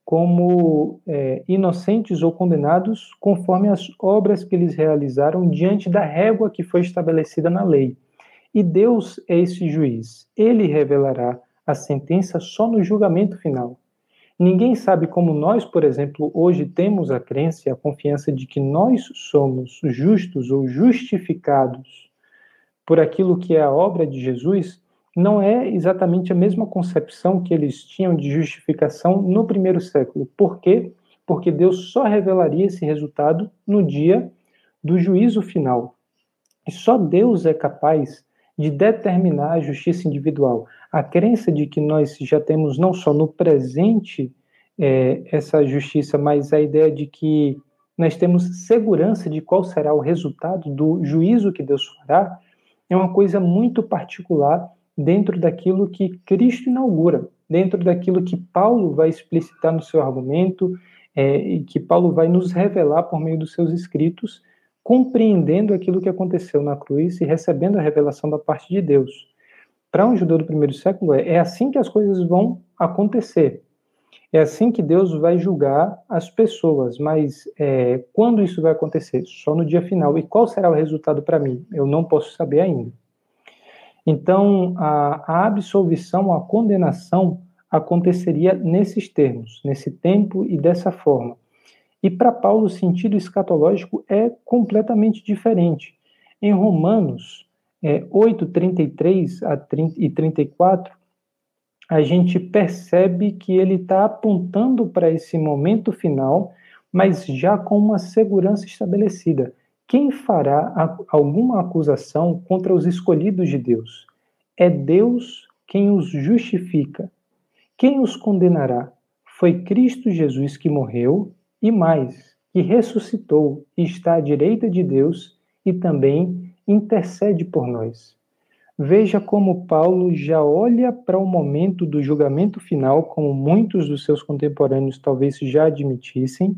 como é, inocentes ou condenados conforme as obras que eles realizaram diante da régua que foi estabelecida na lei. E Deus é esse juiz. Ele revelará a sentença só no julgamento final. Ninguém sabe como nós, por exemplo, hoje temos a crença e a confiança de que nós somos justos ou justificados por aquilo que é a obra de Jesus, não é exatamente a mesma concepção que eles tinham de justificação no primeiro século. Por quê? Porque Deus só revelaria esse resultado no dia do juízo final. E só Deus é capaz de determinar a justiça individual. A crença de que nós já temos não só no presente é, essa justiça, mas a ideia de que nós temos segurança de qual será o resultado do juízo que Deus fará, é uma coisa muito particular dentro daquilo que Cristo inaugura, dentro daquilo que Paulo vai explicitar no seu argumento, é, e que Paulo vai nos revelar por meio dos seus escritos, compreendendo aquilo que aconteceu na cruz e recebendo a revelação da parte de Deus. Para um judeu do primeiro século, é, é assim que as coisas vão acontecer. É assim que Deus vai julgar as pessoas, mas é, quando isso vai acontecer? Só no dia final. E qual será o resultado para mim? Eu não posso saber ainda. Então, a, a absolvição, a condenação aconteceria nesses termos, nesse tempo e dessa forma. E para Paulo, o sentido escatológico é completamente diferente. Em Romanos é, oito, trinta e três e trinta e quatro, a gente percebe que ele está apontando para esse momento final, mas já com uma segurança estabelecida. Quem fará a, alguma acusação contra os escolhidos de Deus? É Deus quem os justifica. Quem os condenará? Foi Cristo Jesus que morreu, e mais, que ressuscitou e está à direita de Deus e também intercede por nós. Veja como Paulo já olha para o momento do julgamento final, como muitos dos seus contemporâneos talvez já admitissem,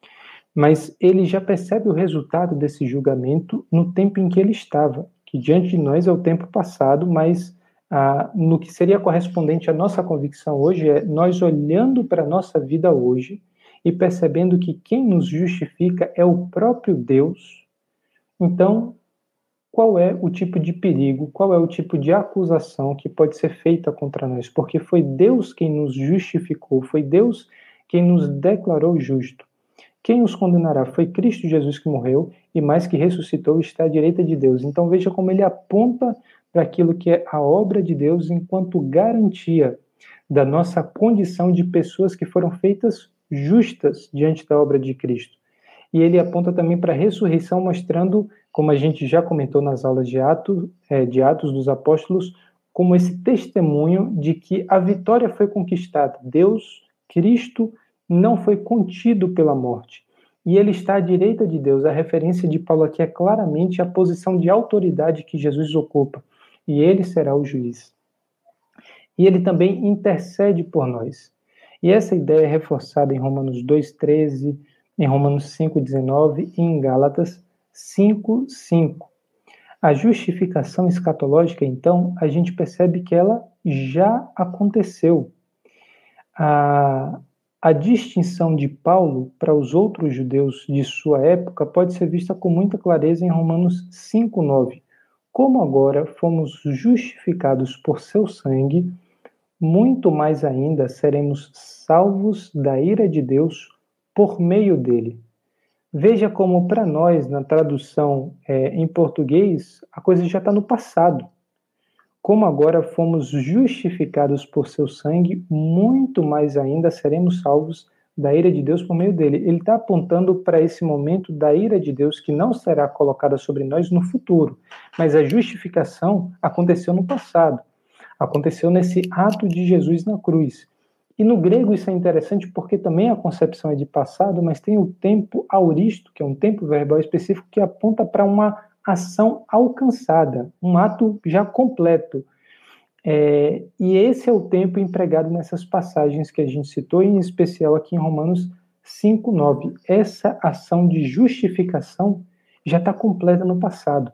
mas ele já percebe o resultado desse julgamento no tempo em que ele estava, que diante de nós é o tempo passado, mas ah, no que seria correspondente à nossa convicção hoje é nós olhando para a nossa vida hoje e percebendo que quem nos justifica é o próprio Deus. Então, qual é o tipo de perigo, qual é o tipo de acusação que pode ser feita contra nós? Porque foi Deus quem nos justificou, foi Deus quem nos declarou justo. Quem os condenará? Foi Cristo Jesus que morreu e mais que ressuscitou e está à direita de Deus. Então veja como ele aponta para aquilo que é a obra de Deus enquanto garantia da nossa condição de pessoas que foram feitas justas diante da obra de Cristo. E ele aponta também para a ressurreição, mostrando, como a gente já comentou nas aulas de Atos, é, de Atos dos Apóstolos, como esse testemunho de que a vitória foi conquistada. Deus, Cristo, não foi contido pela morte. E ele está à direita de Deus. A referência de Paulo aqui é claramente a posição de autoridade que Jesus ocupa. E ele será o juiz. E ele também intercede por nós. E essa ideia é reforçada em Romanos dois, treze, em Romanos cinco, dezenove e em Gálatas cinco, cinco. A justificação escatológica, então, a gente percebe que ela já aconteceu. A, a distinção de Paulo para os outros judeus de sua época pode ser vista com muita clareza em Romanos cinco, nove. Como agora fomos justificados por seu sangue, muito mais ainda seremos salvos da ira de Deus por meio dele. Veja como para nós, na tradução é, em português, a coisa já está no passado. Como agora fomos justificados por seu sangue, muito mais ainda seremos salvos da ira de Deus por meio dele. Ele está apontando para esse momento da ira de Deus que não será colocada sobre nós no futuro, mas a justificação aconteceu no passado, aconteceu nesse ato de Jesus na cruz. E no grego isso é interessante porque também a concepção é de passado, mas tem o tempo auristo, que é um tempo verbal específico que aponta para uma ação alcançada, um ato já completo. É, e esse é o tempo empregado nessas passagens que a gente citou, em especial aqui em Romanos cinco, nove. Essa ação de justificação já está completa no passado.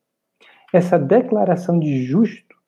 Essa declaração de justo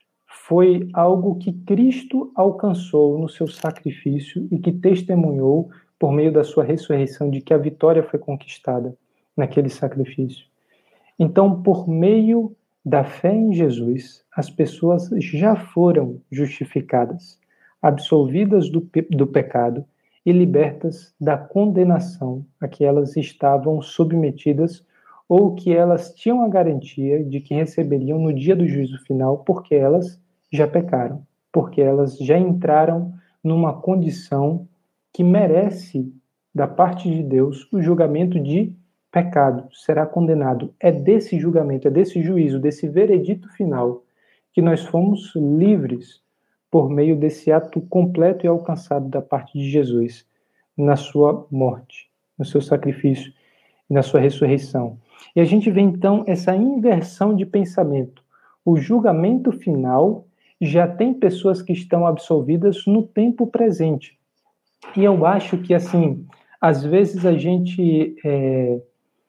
foi algo que Cristo alcançou no seu sacrifício e que testemunhou por meio da sua ressurreição de que a vitória foi conquistada naquele sacrifício. Então, por meio da fé em Jesus, as pessoas já foram justificadas, absolvidas do, pe- do pecado e libertas da condenação a que elas estavam submetidas ou que elas tinham a garantia de que receberiam no dia do juízo final, porque elas já pecaram, porque elas já entraram numa condição que merece, da parte de Deus, o julgamento de pecado, será condenado. É desse julgamento, é desse juízo, desse veredito final, que nós fomos livres por meio desse ato completo e alcançado da parte de Jesus, na sua morte, no seu sacrifício e na sua ressurreição. E a gente vê então essa inversão de pensamento. O julgamento final já tem pessoas que estão absolvidas no tempo presente. E eu acho que, assim, às vezes a gente é,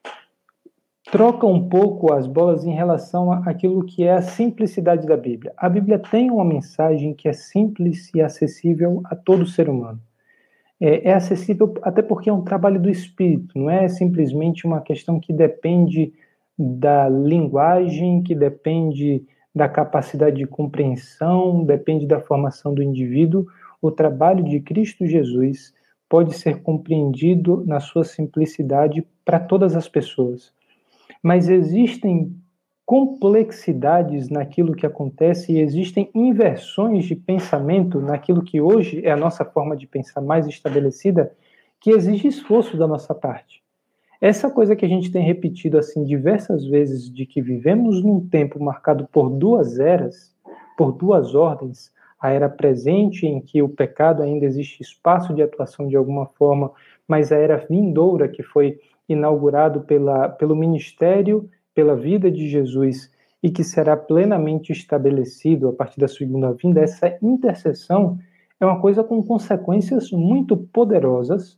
troca um pouco as bolas em relação àquilo que é a simplicidade da Bíblia. A Bíblia tem uma mensagem que é simples e acessível a todo ser humano. É, é acessível até porque é um trabalho do Espírito, não é simplesmente uma questão que depende da linguagem, que depende da capacidade de compreensão, depende da formação do indivíduo. O trabalho de Cristo Jesus pode ser compreendido na sua simplicidade para todas as pessoas. Mas existem complexidades naquilo que acontece e existem inversões de pensamento naquilo que hoje é a nossa forma de pensar mais estabelecida, que exige esforço da nossa parte. Essa coisa que a gente tem repetido assim diversas vezes, de que vivemos num tempo marcado por duas eras, por duas ordens, a era presente, em que o pecado ainda existe espaço de atuação de alguma forma, mas a era vindoura, que foi inaugurado pela, pelo ministério, pela vida de Jesus, e que será plenamente estabelecido a partir da segunda vinda, essa intercessão é uma coisa com consequências muito poderosas,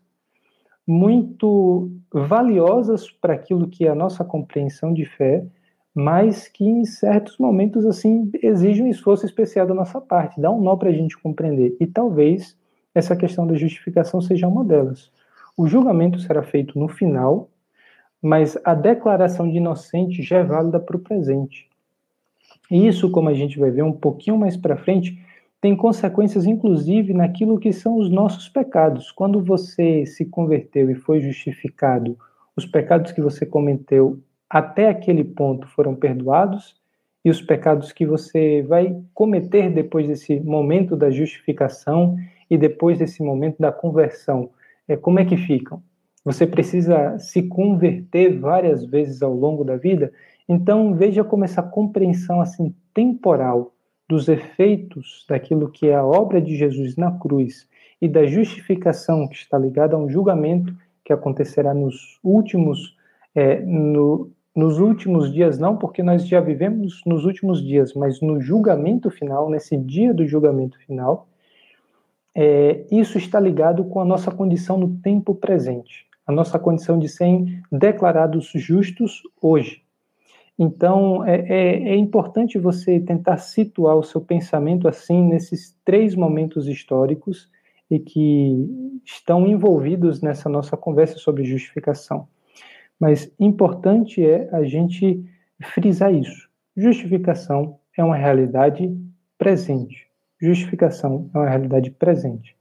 muito valiosas para aquilo que é a nossa compreensão de fé, mas que em certos momentos assim exige um esforço especial da nossa parte, dá um nó para a gente compreender. E talvez essa questão da justificação seja uma delas. O julgamento será feito no final, mas a declaração de inocente já é válida para o presente. E isso, como a gente vai ver um pouquinho mais para frente, tem consequências, inclusive, naquilo que são os nossos pecados. Quando você se converteu e foi justificado, os pecados que você cometeu até aquele ponto foram perdoados, e os pecados que você vai cometer depois desse momento da justificação e depois desse momento da conversão, é, como é que ficam? Você precisa se converter várias vezes ao longo da vida? Então, veja como essa compreensão assim temporal dos efeitos daquilo que é a obra de Jesus na cruz e da justificação que está ligada a um julgamento que acontecerá nos últimos, é, no, nos últimos dias, não porque nós já vivemos nos últimos dias, mas no julgamento final, nesse dia do julgamento final, é, isso está ligado com a nossa condição no tempo presente, a nossa condição de serem declarados justos hoje. Então, é, é, é importante você tentar situar o seu pensamento assim nesses três momentos históricos e que estão envolvidos nessa nossa conversa sobre justificação. Mas importante é a gente frisar isso. Justificação é uma realidade presente. Justificação é uma realidade presente.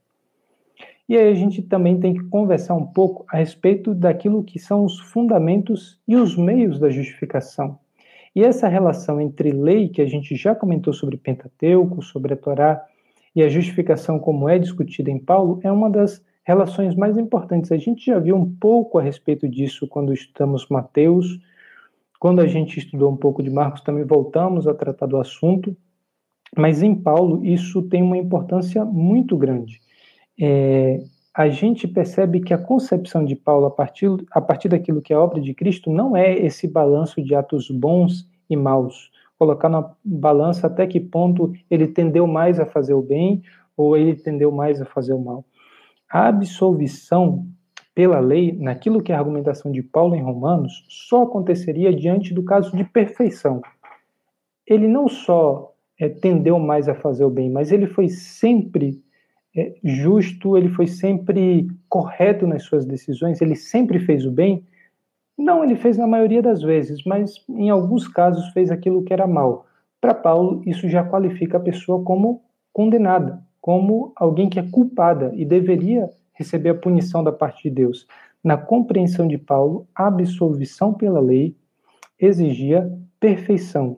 E aí a gente também tem que conversar um pouco a respeito daquilo que são os fundamentos e os meios da justificação. E essa relação entre lei, que a gente já comentou sobre Pentateuco, sobre a Torá, e a justificação como é discutida em Paulo, é uma das relações mais importantes. A gente já viu um pouco a respeito disso quando estudamos Mateus, quando a gente estudou um pouco de Marcos também voltamos a tratar do assunto, mas em Paulo isso tem uma importância muito grande. É, a gente percebe que a concepção de Paulo a partir, a partir daquilo que é a obra de Cristo não é esse balanço de atos bons e maus, colocar na balança até que ponto ele tendeu mais a fazer o bem ou ele tendeu mais a fazer o mal. A absolvição pela lei, naquilo que é a argumentação de Paulo em Romanos, só aconteceria diante do caso de perfeição. Ele não só é, tendeu mais a fazer o bem, mas ele foi sempre é, justo, ele foi sempre correto nas suas decisões, ele sempre fez o bem. Não, ele fez na maioria das vezes, mas em alguns casos fez aquilo que era mal. Para Paulo, isso já qualifica a pessoa como condenada, como alguém que é culpada e deveria receber a punição da parte de Deus. Na compreensão de Paulo, a absolvição pela lei exigia perfeição.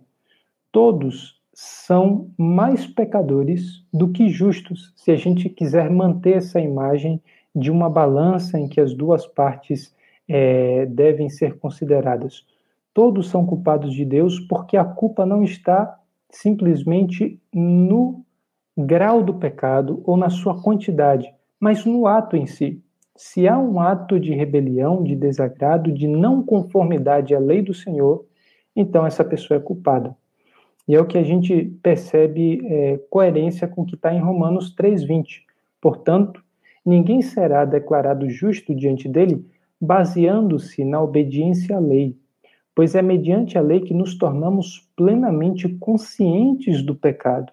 Todos são mais pecadores do que justos, se a gente quiser manter essa imagem de uma balança em que as duas partes É, devem ser consideradas. Todos são culpados de Deus porque a culpa não está simplesmente no grau do pecado ou na sua quantidade, mas no ato em si. Se há um ato de rebelião, de desagrado, de não conformidade à lei do Senhor, então essa pessoa é culpada. E é o que a gente percebe é, coerência com o que está em Romanos três, vinte. Portanto, ninguém será declarado justo diante dele baseando-se na obediência à lei, pois é mediante a lei que nos tornamos plenamente conscientes do pecado.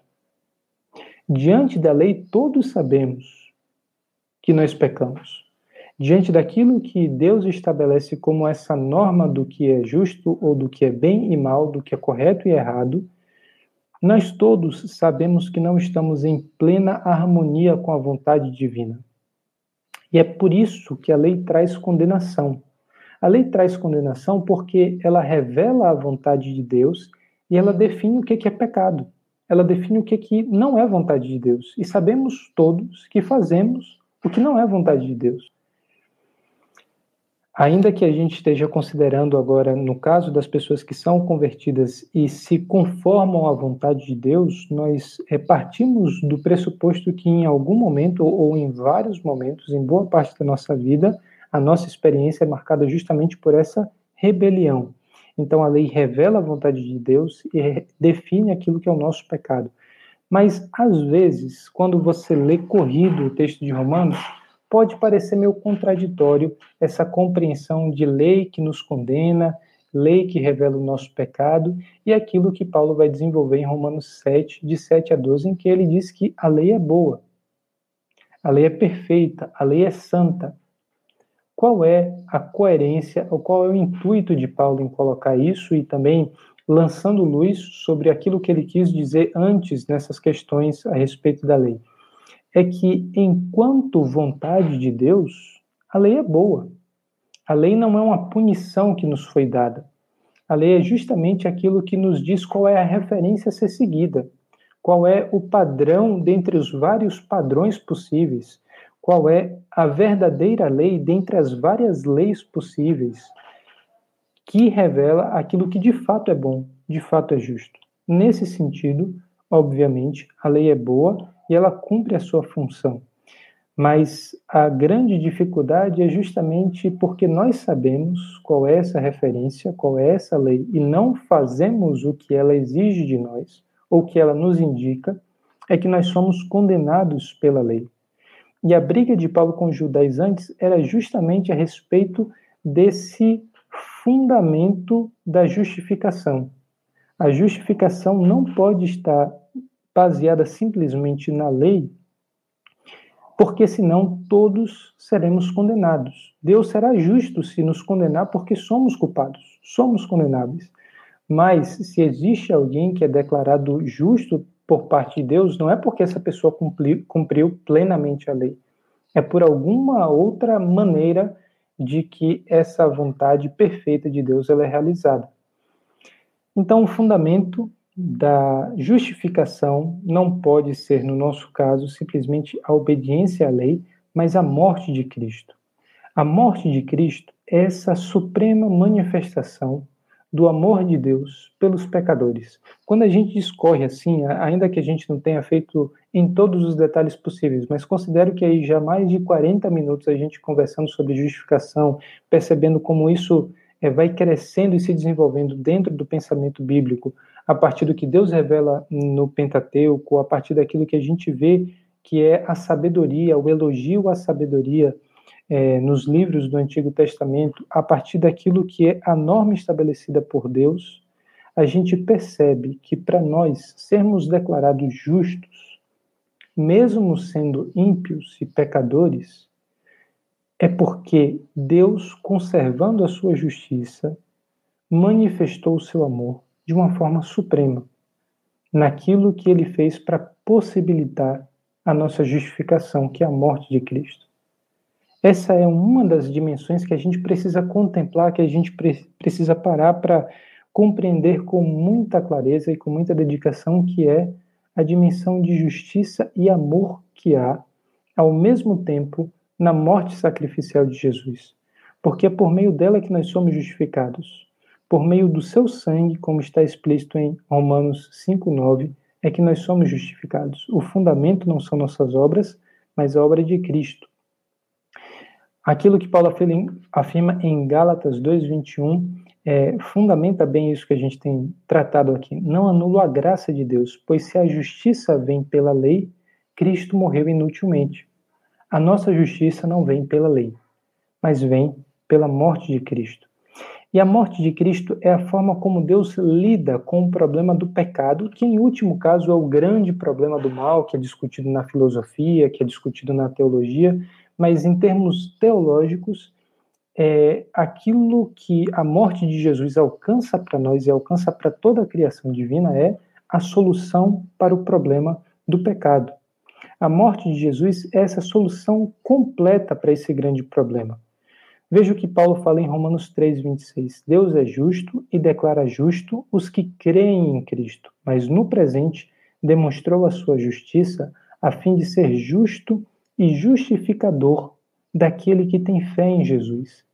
Diante da lei, todos sabemos que nós pecamos. Diante daquilo que Deus estabelece como essa norma do que é justo ou do que é bem e mal, do que é correto e errado, nós todos sabemos que não estamos em plena harmonia com a vontade divina. E é por isso que a lei traz condenação. A lei traz condenação porque ela revela a vontade de Deus e ela define o que é pecado. Ela define o que não é vontade de Deus. E sabemos todos que fazemos o que não é vontade de Deus. Ainda que a gente esteja considerando agora, no caso das pessoas que são convertidas e se conformam à vontade de Deus, nós é, partimos do pressuposto que em algum momento, ou em vários momentos, em boa parte da nossa vida, a nossa experiência é marcada justamente por essa rebelião. Então a lei revela a vontade de Deus e define aquilo que é o nosso pecado. Mas, às vezes, quando você lê corrido o texto de Romanos, pode parecer meio contraditório essa compreensão de lei que nos condena, lei que revela o nosso pecado, e aquilo que Paulo vai desenvolver em Romanos sete, de sete a doze, em que ele diz que a lei é boa, a lei é perfeita, a lei é santa. Qual é a coerência, ou qual é o intuito de Paulo em colocar isso e também lançando luz sobre aquilo que ele quis dizer antes nessas questões a respeito da lei? É que, enquanto vontade de Deus, a lei é boa. A lei não é uma punição que nos foi dada. A lei é justamente aquilo que nos diz qual é a referência a ser seguida, qual é o padrão dentre os vários padrões possíveis, qual é a verdadeira lei dentre as várias leis possíveis, que revela aquilo que de fato é bom, de fato é justo. Nesse sentido, obviamente, a lei é boa, e ela cumpre a sua função. Mas a grande dificuldade é justamente porque nós sabemos qual é essa referência, qual é essa lei, e não fazemos o que ela exige de nós, ou o que ela nos indica, é que nós somos condenados pela lei. E a briga de Paulo com os judaizantes era justamente a respeito desse fundamento da justificação. A justificação não pode estar baseada simplesmente na lei, porque senão todos seremos condenados. Deus será justo se nos condenar porque somos culpados, somos condenáveis. Mas se existe alguém que é declarado justo por parte de Deus, não é porque essa pessoa cumpriu, cumpriu plenamente a lei. É por alguma outra maneira de que essa vontade perfeita de Deus ela é realizada. Então, o fundamento da justificação não pode ser, no nosso caso, simplesmente a obediência à lei, mas a morte de Cristo. A morte de Cristo é essa suprema manifestação do amor de Deus pelos pecadores. Quando a gente discorre assim, ainda que a gente não tenha feito em todos os detalhes possíveis, mas considero que aí já mais de quarenta minutos a gente conversando sobre justificação, percebendo como isso é, vai crescendo e se desenvolvendo dentro do pensamento bíblico, a partir do que Deus revela no Pentateuco, a partir daquilo que a gente vê que é a sabedoria, o elogio à sabedoria é, nos livros do Antigo Testamento, a partir daquilo que é a norma estabelecida por Deus, a gente percebe que para nós sermos declarados justos, mesmo sendo ímpios e pecadores, é porque Deus, conservando a sua justiça, manifestou o seu amor de uma forma suprema, naquilo que ele fez para possibilitar a nossa justificação, que é a morte de Cristo. Essa é uma das dimensões que a gente precisa contemplar, que a gente pre- precisa parar para compreender com muita clareza e com muita dedicação, que é a dimensão de justiça e amor que há, ao mesmo tempo, na morte sacrificial de Jesus. Porque é por meio dela que nós somos justificados. Por meio do seu sangue, como está explícito em Romanos cinco, nove, é que nós somos justificados. O fundamento não são nossas obras, mas a obra de Cristo. Aquilo que Paulo afirma em Gálatas dois, vinte e um, é, fundamenta bem isso que a gente tem tratado aqui. Não anulo a graça de Deus, pois se a justiça vem pela lei, Cristo morreu inutilmente. A nossa justiça não vem pela lei, mas vem pela morte de Cristo. E a morte de Cristo é a forma como Deus lida com o problema do pecado, que em último caso é o grande problema do mal, que é discutido na filosofia, que é discutido na teologia, mas em termos teológicos, é aquilo que a morte de Jesus alcança para nós e alcança para toda a criação divina é a solução para o problema do pecado. A morte de Jesus é essa solução completa para esse grande problema. Veja o que Paulo fala em Romanos três, vinte e seis. Deus é justo e declara justo os que creem em Cristo, mas no presente demonstrou a sua justiça a fim de ser justo e justificador daquele que tem fé em Jesus.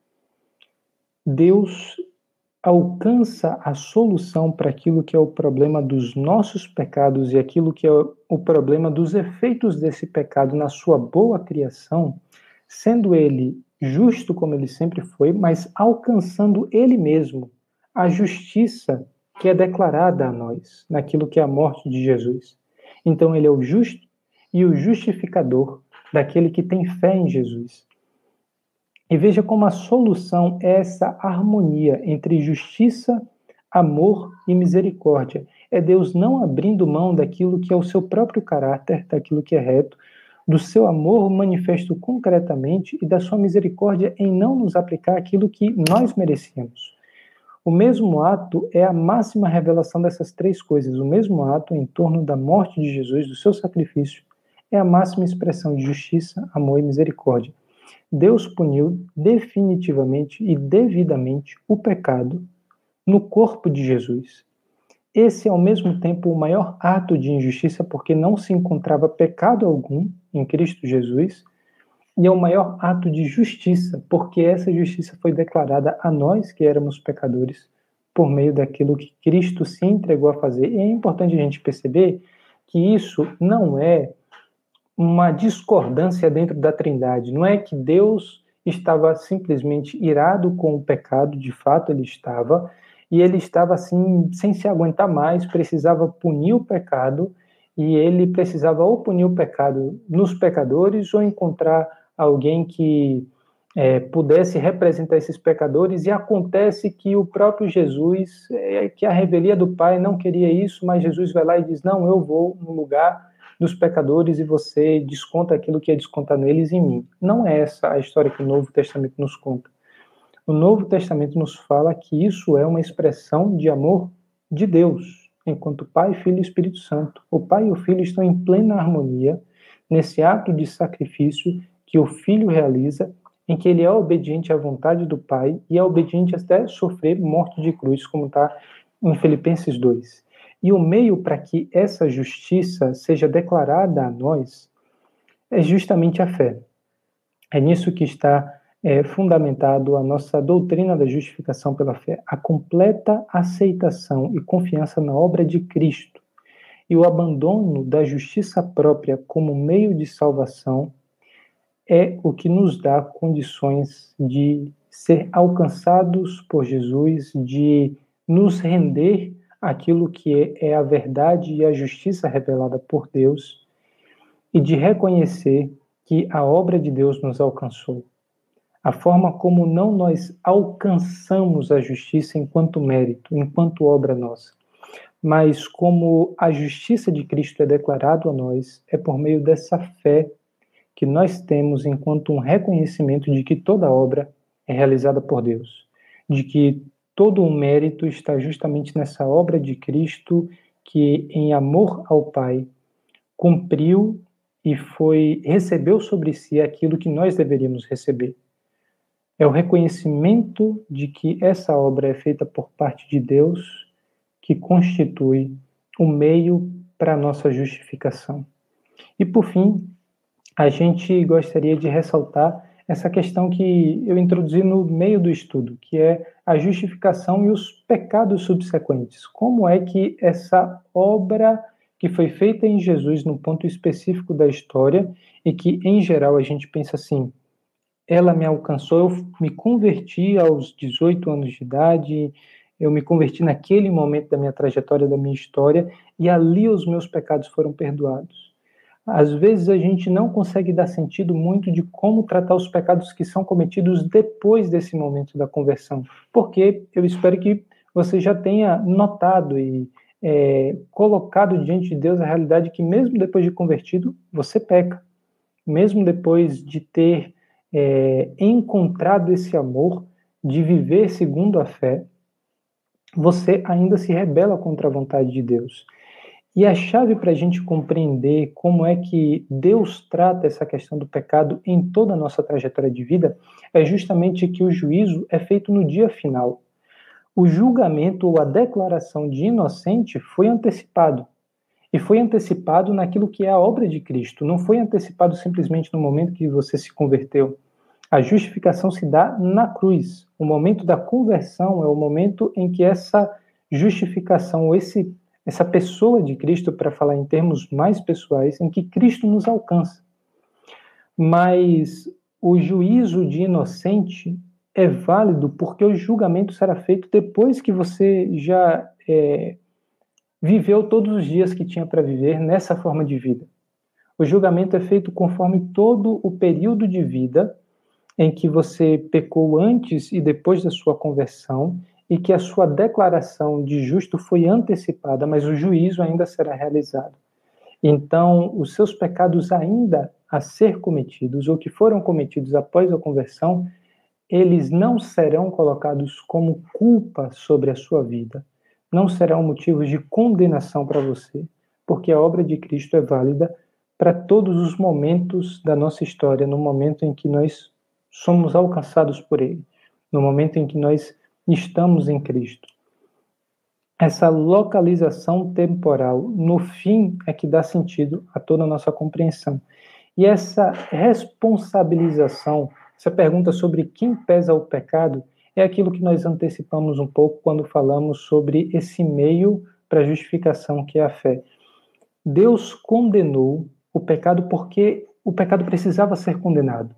Deus alcança a solução para aquilo que é o problema dos nossos pecados e aquilo que é o problema dos efeitos desse pecado na sua boa criação, sendo ele justo como ele sempre foi, mas alcançando ele mesmo a justiça que é declarada a nós naquilo que é a morte de Jesus. Então ele é o justo e o justificador daquele que tem fé em Jesus. E veja como a solução é essa harmonia entre justiça, amor e misericórdia. É Deus não abrindo mão daquilo que é o seu próprio caráter, daquilo que é reto, do seu amor manifesto concretamente e da sua misericórdia em não nos aplicar aquilo que nós merecíamos. O mesmo ato é a máxima revelação dessas três coisas. O mesmo ato em torno da morte de Jesus, do seu sacrifício, é a máxima expressão de justiça, amor e misericórdia. Deus puniu definitivamente e devidamente o pecado no corpo de Jesus. Esse é ao mesmo tempo o maior ato de injustiça, porque não se encontrava pecado algum em Cristo Jesus, e é o maior ato de justiça, porque essa justiça foi declarada a nós que éramos pecadores por meio daquilo que Cristo se entregou a fazer. E é importante a gente perceber que isso não é uma discordância dentro da Trindade. Não é que Deus estava simplesmente irado com o pecado, de fato ele estava, e ele estava assim, sem se aguentar mais, precisava punir o pecado, e ele precisava ou punir o pecado nos pecadores ou encontrar alguém que é, pudesse representar esses pecadores, e acontece que o próprio Jesus, é, que a revelia do Pai não queria isso, mas Jesus vai lá e diz, não, eu vou no lugar dos pecadores e você desconta aquilo que é descontar neles em mim. Não é essa a história que o Novo Testamento nos conta. O Novo Testamento nos fala que isso é uma expressão de amor de Deus, enquanto Pai, Filho e Espírito Santo. O Pai e o Filho estão em plena harmonia nesse ato de sacrifício que o Filho realiza, em que ele é obediente à vontade do Pai e é obediente até sofrer morte de cruz, como está em Filipenses dois. E o meio para que essa justiça seja declarada a nós é justamente a fé. É nisso que está é, fundamentado a nossa doutrina da justificação pela fé, a completa aceitação e confiança na obra de Cristo e o abandono da justiça própria como meio de salvação é o que nos dá condições de ser alcançados por Jesus, de nos render àquilo que é a verdade e a justiça revelada por Deus e de reconhecer que a obra de Deus nos alcançou. A forma como não nós alcançamos a justiça enquanto mérito, enquanto obra nossa, mas como a justiça de Cristo é declarado a nós, é por meio dessa fé que nós temos enquanto um reconhecimento de que toda obra é realizada por Deus, de que todo o mérito está justamente nessa obra de Cristo que, em amor ao Pai, cumpriu e foi recebeu sobre si aquilo que nós deveríamos receber. É o reconhecimento de que essa obra é feita por parte de Deus que constitui o meio para a nossa justificação. E, por fim, a gente gostaria de ressaltar essa questão que eu introduzi no meio do estudo, que é a justificação e os pecados subsequentes. Como é que essa obra que foi feita em Jesus no ponto específico da história e que, em geral, a gente pensa assim, ela me alcançou, eu me converti aos dezoito anos de idade, eu me converti naquele momento da minha trajetória, da minha história, e ali os meus pecados foram perdoados. Às vezes a gente não consegue dar sentido muito de como tratar os pecados que são cometidos depois desse momento da conversão, porque eu espero que você já tenha notado e é, colocado diante de Deus a realidade que mesmo depois de convertido, você peca. Mesmo depois de ter é, encontrado esse amor, de viver segundo a fé, você ainda se rebela contra a vontade de Deus. E a chave para a gente compreender como é que Deus trata essa questão do pecado em toda a nossa trajetória de vida é justamente que o juízo é feito no dia final. O julgamento ou a declaração de inocente foi antecipado. E foi antecipado naquilo que é a obra de Cristo. Não foi antecipado simplesmente no momento que você se converteu. A justificação se dá na cruz. O momento da conversão é o momento em que essa justificação, esse essa pessoa de Cristo, para falar em termos mais pessoais, em que Cristo nos alcança. Mas o juízo de inocente é válido porque o julgamento será feito depois que você já é, viveu todos os dias que tinha para viver nessa forma de vida. O julgamento é feito conforme todo o período de vida em que você pecou antes e depois da sua conversão, e que a sua declaração de justo foi antecipada, mas o juízo ainda será realizado. Então, os seus pecados ainda a ser cometidos, ou que foram cometidos após a conversão, eles não serão colocados como culpa sobre a sua vida, não serão motivos de condenação para você, porque a obra de Cristo é válida para todos os momentos da nossa história, no momento em que nós somos alcançados por Ele, no momento em que nós estamos em Cristo. Essa localização temporal no fim é que dá sentido a toda a nossa compreensão. E essa responsabilização, essa pergunta sobre quem pesa o pecado, é aquilo que nós antecipamos um pouco quando falamos sobre esse meio para a justificação que é a fé. Deus condenou o pecado porque o pecado precisava ser condenado.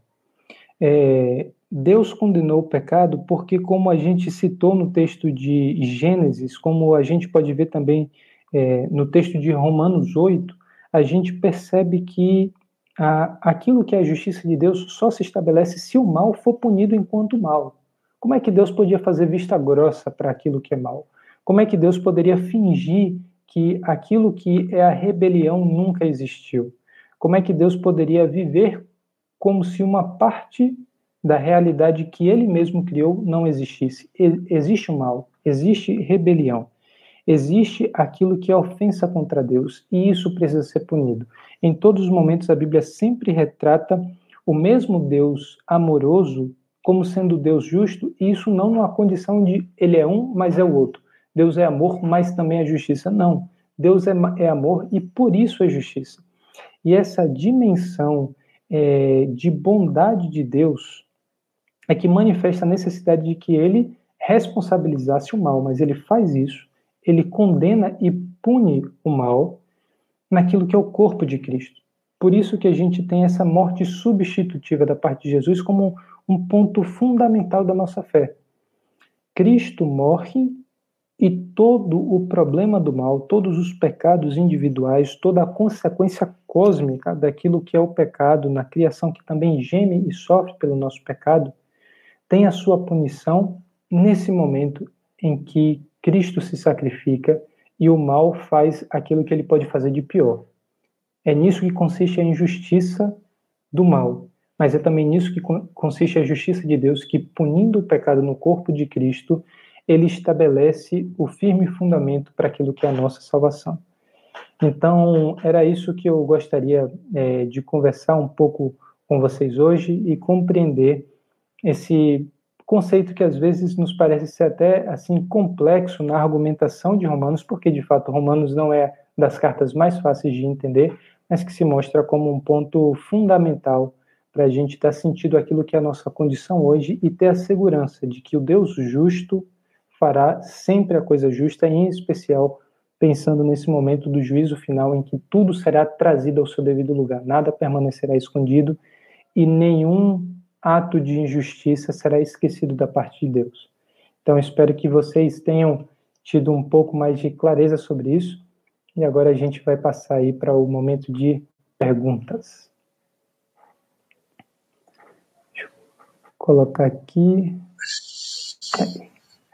É, Deus condenou o pecado porque, como a gente citou no texto de Gênesis, como a gente pode ver também é, no texto de Romanos oito, a gente percebe que a, aquilo que é a justiça de Deus só se estabelece se o mal for punido enquanto mal. Como é que Deus podia fazer vista grossa para aquilo que é mal? Como é que Deus poderia fingir que aquilo que é a rebelião nunca existiu? Como é que Deus poderia viver como se uma parte da realidade que ele mesmo criou não existisse? Existe o mal, existe rebelião, existe aquilo que é ofensa contra Deus, e isso precisa ser punido. Em todos os momentos, a Bíblia sempre retrata o mesmo Deus amoroso como sendo Deus justo, e isso não numa condição de ele é um, mas é o outro. Deus é amor, mas também é justiça. Não. Deus é, é amor e por isso é justiça. E essa dimensão é, de bondade de Deus é que manifesta a necessidade de que ele responsabilizasse o mal, mas ele faz isso, ele condena e pune o mal naquilo que é o corpo de Cristo. Por isso que a gente tem essa morte substitutiva da parte de Jesus como um ponto fundamental da nossa fé. Cristo morre e todo o problema do mal, todos os pecados individuais, toda a consequência cósmica daquilo que é o pecado na criação que também geme e sofre pelo nosso pecado, tem a sua punição nesse momento em que Cristo se sacrifica e o mal faz aquilo que ele pode fazer de pior. É nisso que consiste a injustiça do mal, mas é também nisso que consiste a justiça de Deus, que punindo o pecado no corpo de Cristo, ele estabelece o firme fundamento para aquilo que é a nossa salvação. Então, era isso que eu gostaria é, de conversar um pouco com vocês hoje e compreender esse conceito que às vezes nos parece ser até assim complexo na argumentação de Romanos, porque de fato Romanos não é das cartas mais fáceis de entender, mas que se mostra como um ponto fundamental para a gente dar sentido àquilo que é a nossa condição hoje e ter a segurança de que o Deus justo fará sempre a coisa justa, em especial pensando nesse momento do juízo final em que tudo será trazido ao seu devido lugar, nada permanecerá escondido e nenhum ato de injustiça será esquecido da parte de Deus. Então, espero que vocês tenham tido um pouco mais de clareza sobre isso. E agora a gente vai passar aí para o momento de perguntas. Deixa eu colocar aqui. Aí.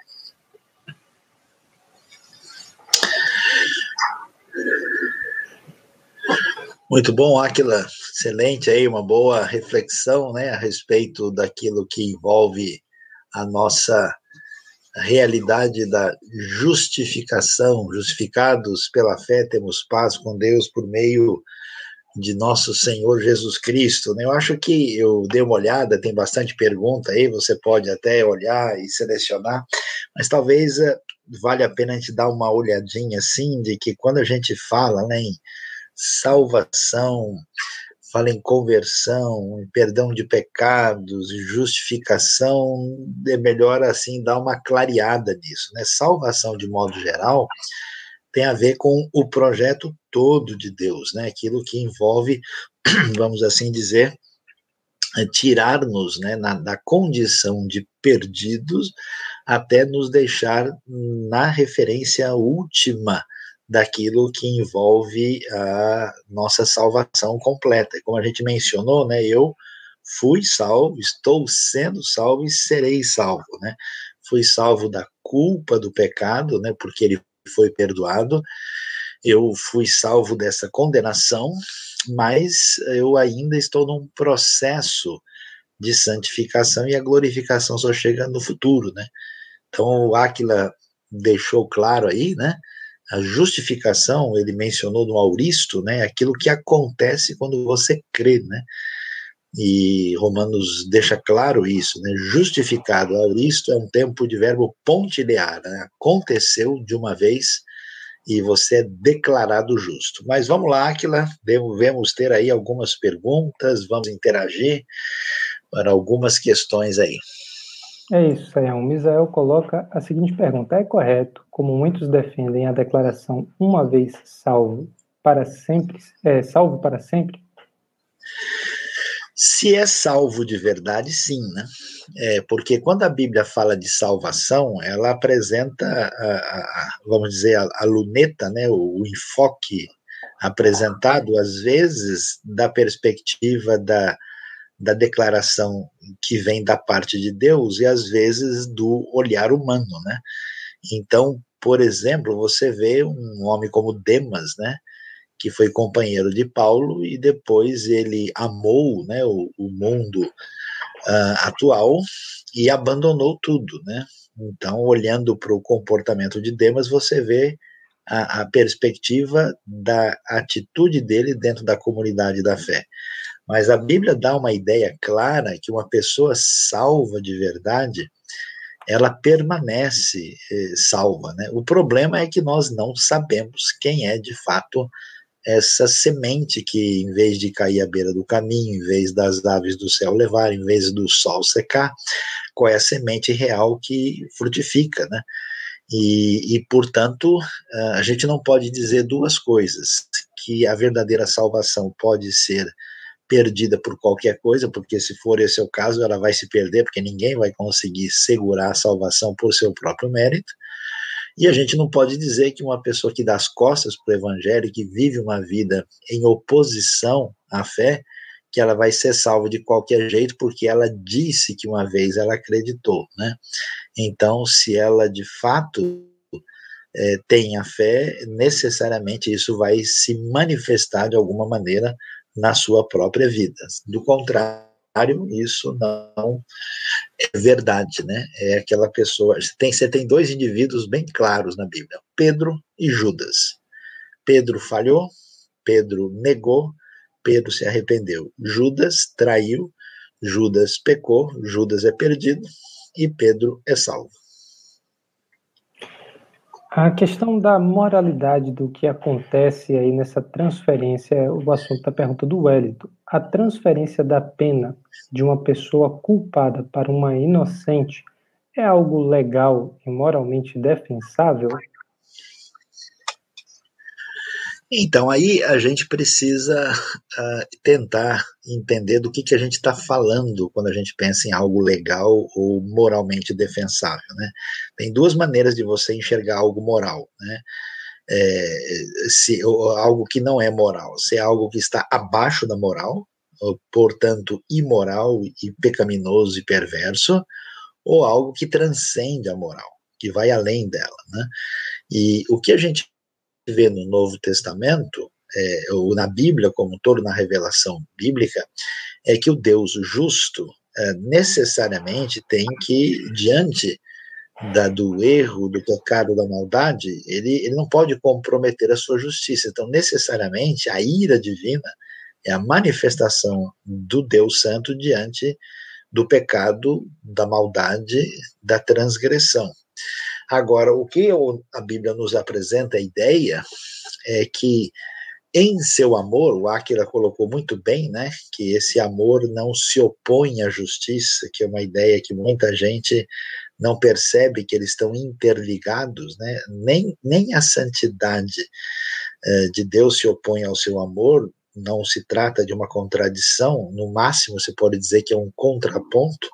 Muito bom, Áquila, excelente aí, uma boa reflexão, né, a respeito daquilo que envolve a nossa realidade da justificação. Justificados pela fé, temos paz com Deus por meio de nosso Senhor Jesus Cristo, né? Eu acho que eu dei uma olhada, tem bastante pergunta aí, você pode até olhar e selecionar, mas talvez uh, vale a pena a gente dar uma olhadinha assim, de que quando a gente fala, né, em salvação, fala em conversão, em perdão de pecados, justificação, é melhor assim dar uma clareada nisso, né? Salvação, de modo geral, tem a ver com o projeto todo de Deus, né? Aquilo que envolve, vamos assim dizer, tirar-nos, né, na, na condição de perdidos até nos deixar na referência última daquilo que envolve a nossa salvação completa. Como a gente mencionou, né, eu fui salvo, estou sendo salvo e serei salvo, né? Fui salvo da culpa do pecado, né, porque ele foi perdoado. Eu fui salvo dessa condenação, mas eu ainda estou num processo de santificação e a glorificação só chega no futuro, né? Então o Áquila deixou claro aí, né? A justificação, ele mencionou no Auristo, né, aquilo que acontece quando você crê, né, e Romanos deixa claro isso, né, justificado, Auristo é um tempo de verbo pontilear, né, aconteceu de uma vez e você é declarado justo. Mas vamos lá, Áquila, devemos ter aí algumas perguntas, vamos interagir para algumas questões aí. É isso, Sayão. Misael coloca a seguinte pergunta: é correto, como muitos defendem, a declaração uma vez salvo para sempre, é, salvo para sempre? Se é salvo de verdade, sim, né? É, porque quando a Bíblia fala de salvação, ela apresenta, a, a, a, vamos dizer, a, a luneta, né, o, o enfoque apresentado, às vezes, da perspectiva da, da declaração que vem da parte de Deus e, às vezes, do olhar humano, né? Então, por exemplo, você vê um homem como Demas, né? Que foi companheiro de Paulo e depois ele amou, né, o, o mundo uh, atual e abandonou tudo, né? Então, olhando para o comportamento de Demas, você vê a, a perspectiva da atitude dele dentro da comunidade da fé. Mas a Bíblia dá uma ideia clara que uma pessoa salva de verdade, ela permanece eh, salva, né? O problema é que nós não sabemos quem é de fato essa semente que, em vez de cair à beira do caminho, em vez das aves do céu levar, em vez do sol secar, qual é a semente real que frutifica, né? E, e, portanto, a gente não pode dizer duas coisas, que a verdadeira salvação pode ser perdida por qualquer coisa, porque se for esse o caso, ela vai se perder, porque ninguém vai conseguir segurar a salvação por seu próprio mérito. E a gente não pode dizer que uma pessoa que dá as costas para o evangelho, que vive uma vida em oposição à fé, que ela vai ser salva de qualquer jeito, porque ela disse que uma vez ela acreditou, né? Então, se ela de fato é, tem a fé, necessariamente isso vai se manifestar de alguma maneira na sua própria vida. Do contrário, isso não é verdade, né? É aquela pessoa. Tem, você tem dois indivíduos bem claros na Bíblia: Pedro e Judas. Pedro falhou, Pedro negou, Pedro se arrependeu. Judas traiu, Judas pecou, Judas é perdido e Pedro é salvo. A questão da moralidade do que acontece aí nessa transferência é o assunto da pergunta do Wellington. A transferência da pena de uma pessoa culpada para uma inocente é algo legal e moralmente defensável? Então, aí a gente precisa uh, tentar entender do que, que a gente está falando quando a gente pensa em algo legal ou moralmente defensável, né? Tem duas maneiras de você enxergar algo moral, né? É, se, ou, algo que não é moral, se é algo que está abaixo da moral, ou, portanto, imoral e pecaminoso e perverso, ou algo que transcende a moral, que vai além dela, né? E o que a gente vê no Novo Testamento, é, ou na Bíblia como um todo, na revelação bíblica, é que o Deus justo é, necessariamente tem que, diante da, do erro, do pecado, da maldade, ele, ele não pode comprometer a sua justiça. Então, necessariamente, a ira divina é a manifestação do Deus Santo diante do pecado, da maldade, da transgressão. Agora, o que a Bíblia nos apresenta, a ideia, é que em seu amor, o Aquila colocou muito bem, né, que esse amor não se opõe à justiça, que é uma ideia que muita gente não percebe que eles estão interligados, né, nem, nem a santidade eh, de Deus se opõe ao seu amor, não se trata de uma contradição, no máximo se pode dizer que é um contraponto.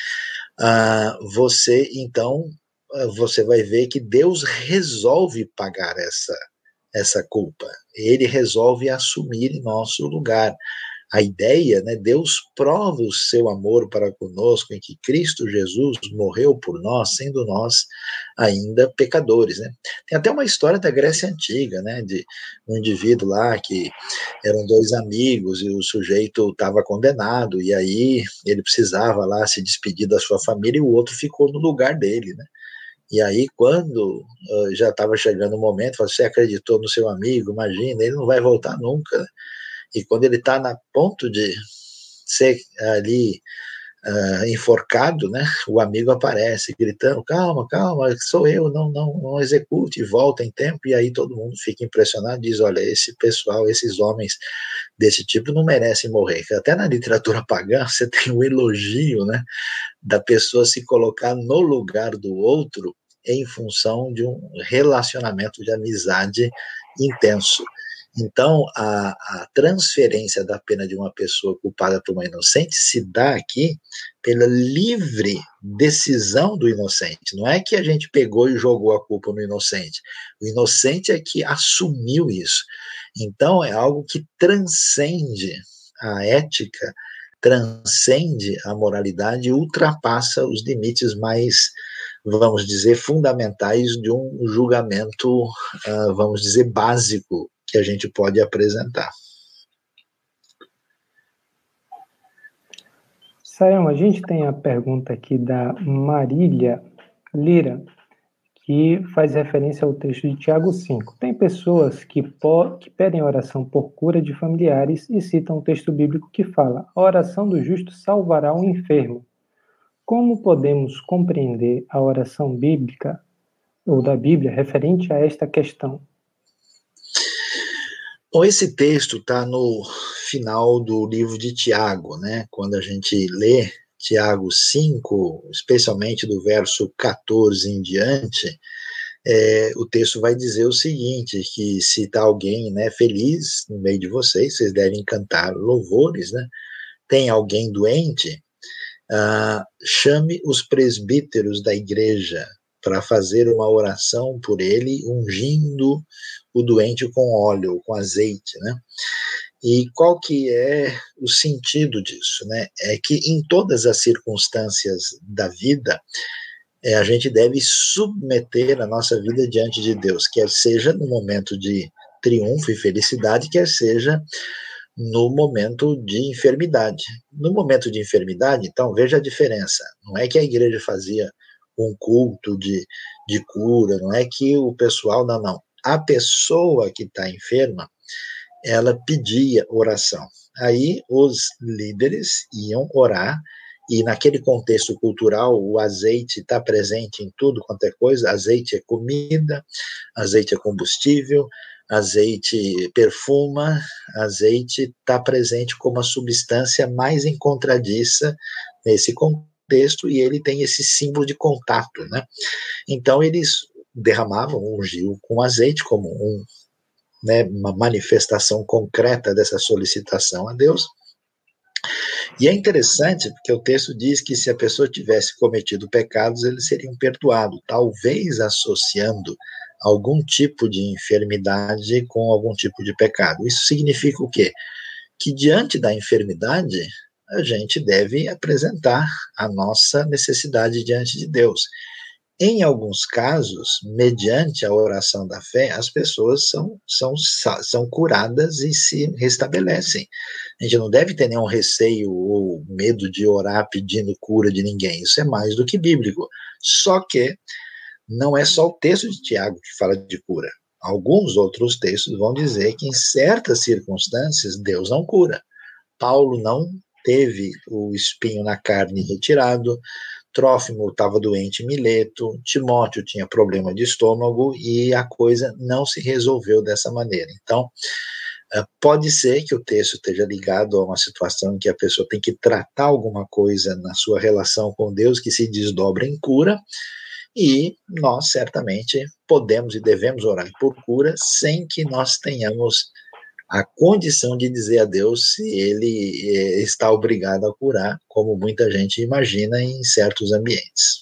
Ah, você, então, você vai ver que Deus resolve pagar essa, essa culpa. Ele resolve assumir em nosso lugar. A ideia, né, Deus prova o seu amor para conosco em que Cristo Jesus morreu por nós, sendo nós ainda pecadores, né? Tem até uma história da Grécia Antiga, né, de um indivíduo lá que eram dois amigos e o sujeito estava condenado e aí ele precisava lá se despedir da sua família e o outro ficou no lugar dele, né? E aí, quando uh, já estava chegando o momento, você acreditou no seu amigo, imagina, ele não vai voltar nunca. E quando ele está na ponto de ser ali uh, enforcado, né, o amigo aparece gritando, calma, calma, sou eu, não, não, não execute, e volta em tempo, e aí todo mundo fica impressionado, diz, olha, esse pessoal, esses homens desse tipo não merecem morrer. Até na literatura pagã você tem um elogio, né, da pessoa se colocar no lugar do outro em função de um relacionamento de amizade intenso. Então, a, a transferência da pena de uma pessoa culpada por uma inocente se dá aqui pela livre decisão do inocente. Não é que a gente pegou e jogou a culpa no inocente. O inocente é que assumiu isso. Então, é algo que transcende a ética, transcende a moralidade e ultrapassa os limites mais, vamos dizer, fundamentais de um julgamento, uh, vamos dizer, básico que a gente pode apresentar. Sayão, a gente tem a pergunta aqui da Marília Lira, que faz referência ao texto de Tiago cinco. Tem pessoas que, que pedem oração por cura de familiares e citam um texto bíblico que fala: a oração do justo salvará o enfermo. Como podemos compreender a oração bíblica ou da Bíblia referente a esta questão? Bom, esse texto está no final do livro de Tiago, né? Quando a gente lê Tiago cinco, especialmente do verso quatorze em diante, é, o texto vai dizer o seguinte, que se está alguém, né, feliz no meio de vocês, vocês devem cantar louvores, né? Tem alguém doente, ah, chame os presbíteros da igreja para fazer uma oração por ele, ungindo o doente com óleo, com azeite, né? E qual que é o sentido disso, né? É que em todas as circunstâncias da vida, é, a gente deve submeter a nossa vida diante de Deus, quer seja no momento de triunfo e felicidade, quer seja no momento de enfermidade. No momento de enfermidade, então, veja a diferença. Não é que a igreja fazia um culto de, de cura, não é que o pessoal, não, não. A pessoa que está enferma, ela pedia oração. Aí os líderes iam orar, e naquele contexto cultural, o azeite está presente em tudo quanto é coisa, azeite é comida, azeite é combustível, azeite perfuma, azeite está presente como a substância mais encontradiça nesse contexto, e ele tem esse símbolo de contato, né? Então eles derramavam, ungiam com azeite como um, né, uma manifestação concreta dessa solicitação a Deus. E é interessante porque o texto diz que se a pessoa tivesse cometido pecados, eles seriam perdoados, talvez associando algum tipo de enfermidade com algum tipo de pecado. Isso significa o quê? Que diante da enfermidade, a gente deve apresentar a nossa necessidade diante de Deus. Em alguns casos, mediante a oração da fé, as pessoas são, são, são curadas e se restabelecem. A gente não deve ter nenhum receio ou medo de orar pedindo cura de ninguém. Isso é mais do que bíblico. Só que não é só o texto de Tiago que fala de cura. Alguns outros textos vão dizer que em certas circunstâncias Deus não cura. Paulo não teve o espinho na carne retirado, Trófimo estava doente em Mileto, Timóteo tinha problema de estômago e a coisa não se resolveu dessa maneira. Então, pode ser que o texto esteja ligado a uma situação em que a pessoa tem que tratar alguma coisa na sua relação com Deus que se desdobra em cura, e nós certamente podemos e devemos orar por cura sem que nós tenhamos a condição de dizer a Deus se ele eh, está obrigado a curar, como muita gente imagina em certos ambientes.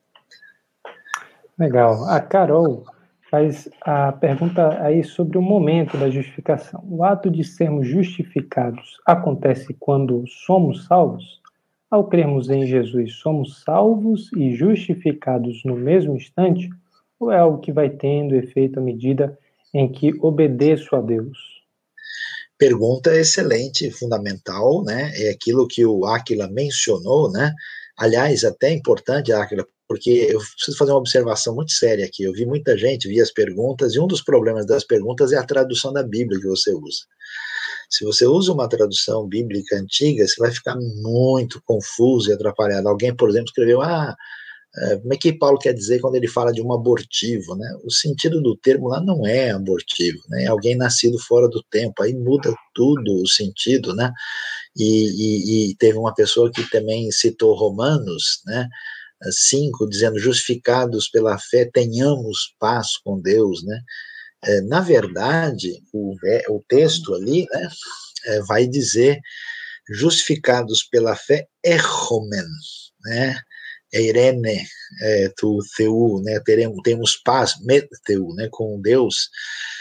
Legal. A Carol faz a pergunta aí sobre o momento da justificação. O ato de sermos justificados acontece quando somos salvos? Ao crermos em Jesus, somos salvos e justificados no mesmo instante? Ou é algo que vai tendo efeito à medida em que obedeço a Deus? Pergunta excelente, fundamental, né? É aquilo que o Áquila mencionou, né? Aliás, até importante, Áquila, porque eu preciso fazer uma observação muito séria aqui. Eu vi muita gente, vi as perguntas, e um dos problemas das perguntas é a tradução da Bíblia que você usa. Se você usa uma tradução bíblica antiga, você vai ficar muito confuso e atrapalhado. Alguém, por exemplo, escreveu, ah, como é que Paulo quer dizer quando ele fala de um abortivo, né? O sentido do termo lá não é abortivo, né? É alguém nascido fora do tempo, aí muda tudo o sentido, né? E, e, e teve uma pessoa que também citou Romanos, né? cinco, dizendo, justificados pela fé, tenhamos paz com Deus, né? É, na verdade, o, o texto ali, né, é, vai dizer justificados pela fé, erromen, né, eirene, é, tu, theu, né, teremos, temos paz, meteu, né, com Deus,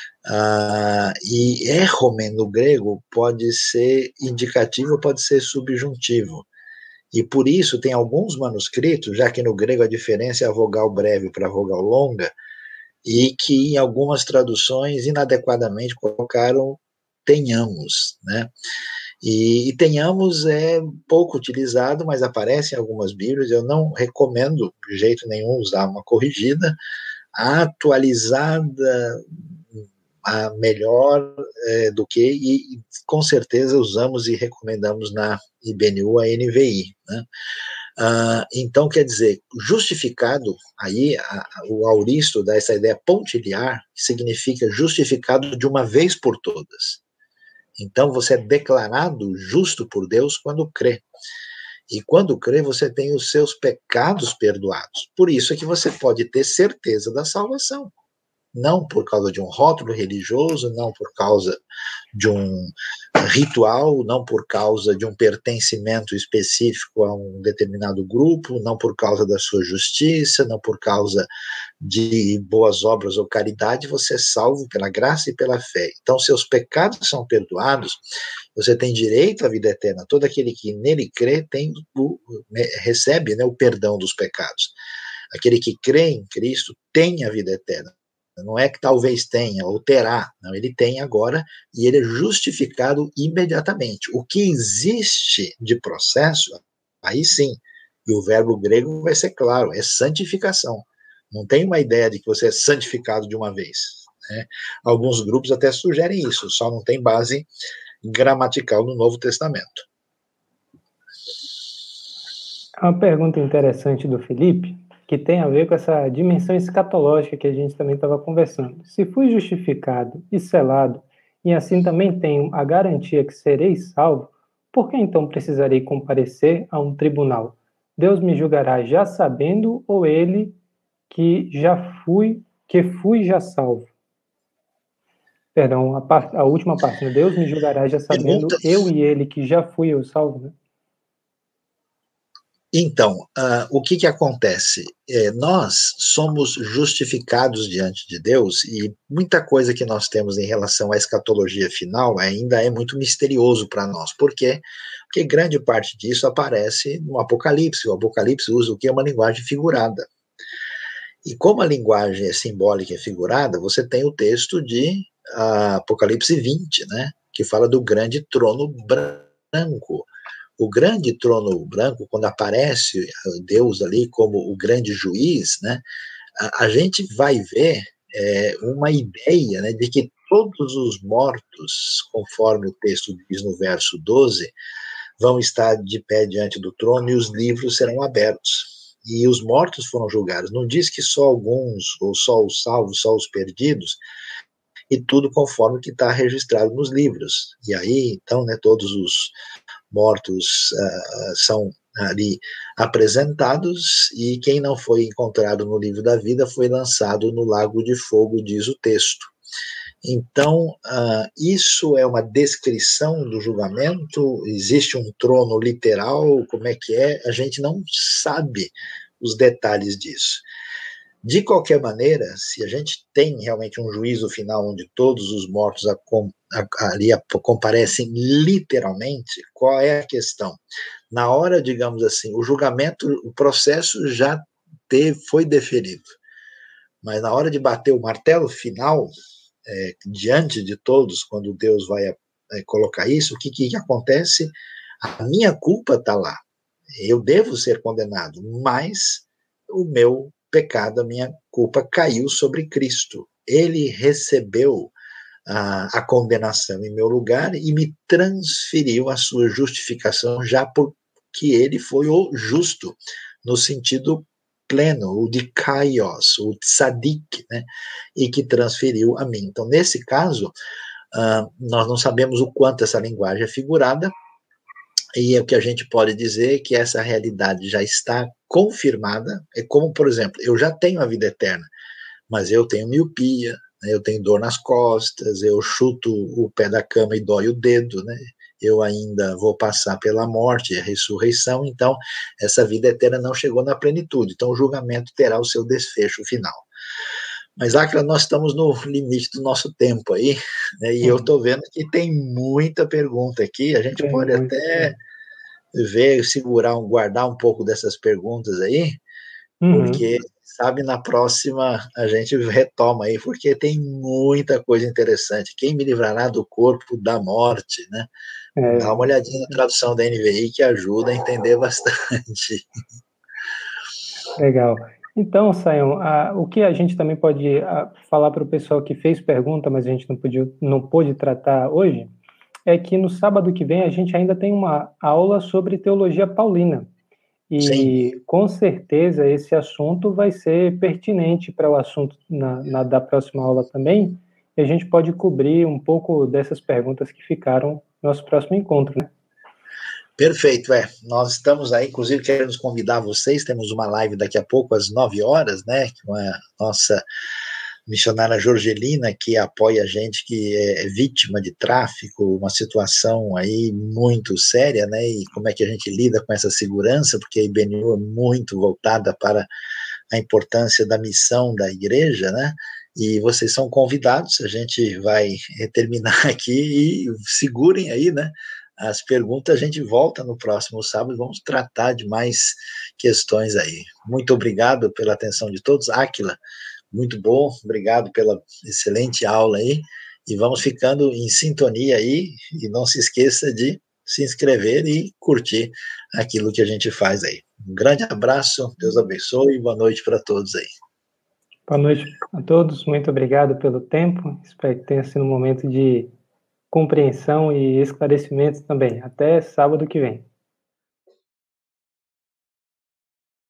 ah, e erromen no grego pode ser indicativo, pode ser subjuntivo, e por isso tem alguns manuscritos, já que no grego a diferença é a vogal breve para a vogal longa, e que em algumas traduções inadequadamente colocaram tenhamos, né? E, e tenhamos é pouco utilizado, mas aparece em algumas Bíblias. Eu não recomendo de jeito nenhum usar uma corrigida. A atualizada, a melhor é, do que, e com certeza usamos e recomendamos na I B N U a N V I, né? Uh, então, quer dizer, justificado, aí a, a, o auristo dá essa ideia pontiliar, que significa justificado de uma vez por todas. Então, você é declarado justo por Deus quando crê. E quando crê, você tem os seus pecados perdoados. Por isso é que você pode ter certeza da salvação. Não por causa de um rótulo religioso, não por causa de um ritual, não por causa de um pertencimento específico a um determinado grupo, não por causa da sua justiça, não por causa de boas obras ou caridade, você é salvo pela graça e pela fé. Então, seus pecados são perdoados, você tem direito à vida eterna. Todo aquele que nele crê tem o, recebe, né, o perdão dos pecados. Aquele que crê em Cristo tem a vida eterna. Não é que talvez tenha ou terá, não, ele tem agora e ele é justificado imediatamente. O que existe de processo, aí sim, e o verbo grego vai ser claro, é santificação. Não tem uma ideia de que você é santificado de uma vez, né? Alguns grupos até sugerem isso, só não tem base gramatical no Novo Testamento. Uma pergunta interessante do Felipe, que tem a ver com essa dimensão escatológica que a gente também estava conversando. Se fui justificado e selado, e assim também tenho a garantia que serei salvo, por que então precisarei comparecer a um tribunal? Deus me julgará já sabendo, ou ele que já fui, que fui já salvo? Perdão, a, part, a última parte, né? Deus me julgará já sabendo, Pergunta... eu e ele que já fui eu salvo, né? Então, uh, o que que acontece? É, nós somos justificados diante de Deus e muita coisa que nós temos em relação à escatologia final ainda é muito misterioso para nós. Por quê? Porque grande parte disso aparece no Apocalipse. O Apocalipse usa o que é uma linguagem figurada. E como a linguagem é simbólica e figurada, você tem o texto de uh, Apocalipse vinte, né, que fala do grande trono branco. O grande trono branco, quando aparece Deus ali como o grande juiz, né, a, a gente vai ver é, uma ideia, né, de que todos os mortos, conforme o texto diz no verso doze, vão estar de pé diante do trono e os livros serão abertos. E os mortos foram julgados. Não diz que só alguns, ou só os salvos, só os perdidos, e tudo conforme que está registrado nos livros. E aí, então, né, todos os mortos uh, são ali apresentados, e quem não foi encontrado no livro da vida foi lançado no lago de fogo, diz o texto. Então, uh, isso é uma descrição do julgamento? Existe um trono literal? Como é que é? A gente não sabe os detalhes disso. De qualquer maneira, se a gente tem realmente um juízo final onde todos os mortos a, a, ali a, comparecem literalmente, qual é a questão? Na hora, digamos assim, o julgamento, o processo já teve, foi deferido, mas na hora de bater o martelo final, é, diante de todos, quando Deus vai é, colocar isso, o que, que acontece? A minha culpa está lá, eu devo ser condenado, mas o meu pecado, a minha culpa caiu sobre Cristo. Ele recebeu a, a condenação em meu lugar e me transferiu a sua justificação, já porque ele foi o justo, no sentido pleno, o de kaios, o tzadik, né, e que transferiu a mim. Então, nesse caso, uh, nós não sabemos o quanto essa linguagem é figurada, e o que a gente pode dizer é que essa realidade já está confirmada. É como, por exemplo, eu já tenho a vida eterna, mas eu tenho miopia, Eu tenho dor nas costas, eu chuto o pé da cama e dói o dedo, né? Eu ainda vou passar pela morte e a ressurreição, então essa vida eterna não chegou na plenitude, então o julgamento terá o seu desfecho final. Mas, Áquila, nós estamos no limite do nosso tempo aí, né, e eu estou vendo que tem muita pergunta aqui, a gente tem pode muito, até é. ver, segurar, guardar um pouco dessas perguntas aí, porque, Uhum. sabe, na próxima a gente retoma aí, porque tem muita coisa interessante. Quem me livrará do corpo da morte, né? Dá uma É. olhadinha na tradução da N V I que ajuda a entender bastante. Legal. Então, Sayão, a, o que a gente também pode a, falar para o pessoal que fez pergunta, mas a gente não, podia, não pôde tratar hoje, é que no sábado que vem a gente ainda tem uma aula sobre teologia paulina. Sim. E com certeza esse assunto vai ser pertinente para o assunto na, na, da próxima aula também. E a gente pode cobrir um pouco dessas perguntas que ficaram no nosso próximo encontro, né? Perfeito, é. Nós estamos aí, inclusive, queremos convidar vocês, temos uma live daqui a pouco, às nove horas, né, com a nossa missionária Jorgelina, que apoia a gente, que é vítima de tráfico, uma situação aí muito séria, né, e como é que a gente lida com essa segurança, porque a I B N U é muito voltada para a importância da missão da igreja, né, e vocês são convidados, a gente vai terminar aqui e segurem aí, né, as perguntas, a gente volta no próximo sábado e vamos tratar de mais questões aí. Muito obrigado pela atenção de todos. Áquila, muito bom, obrigado pela excelente aula aí, e vamos ficando em sintonia aí, e não se esqueça de se inscrever e curtir aquilo que a gente faz aí. Um grande abraço, Deus abençoe e boa noite para todos aí. Boa noite a todos, muito obrigado pelo tempo, espero que tenha sido um momento de compreensão e esclarecimento também. Até sábado que vem.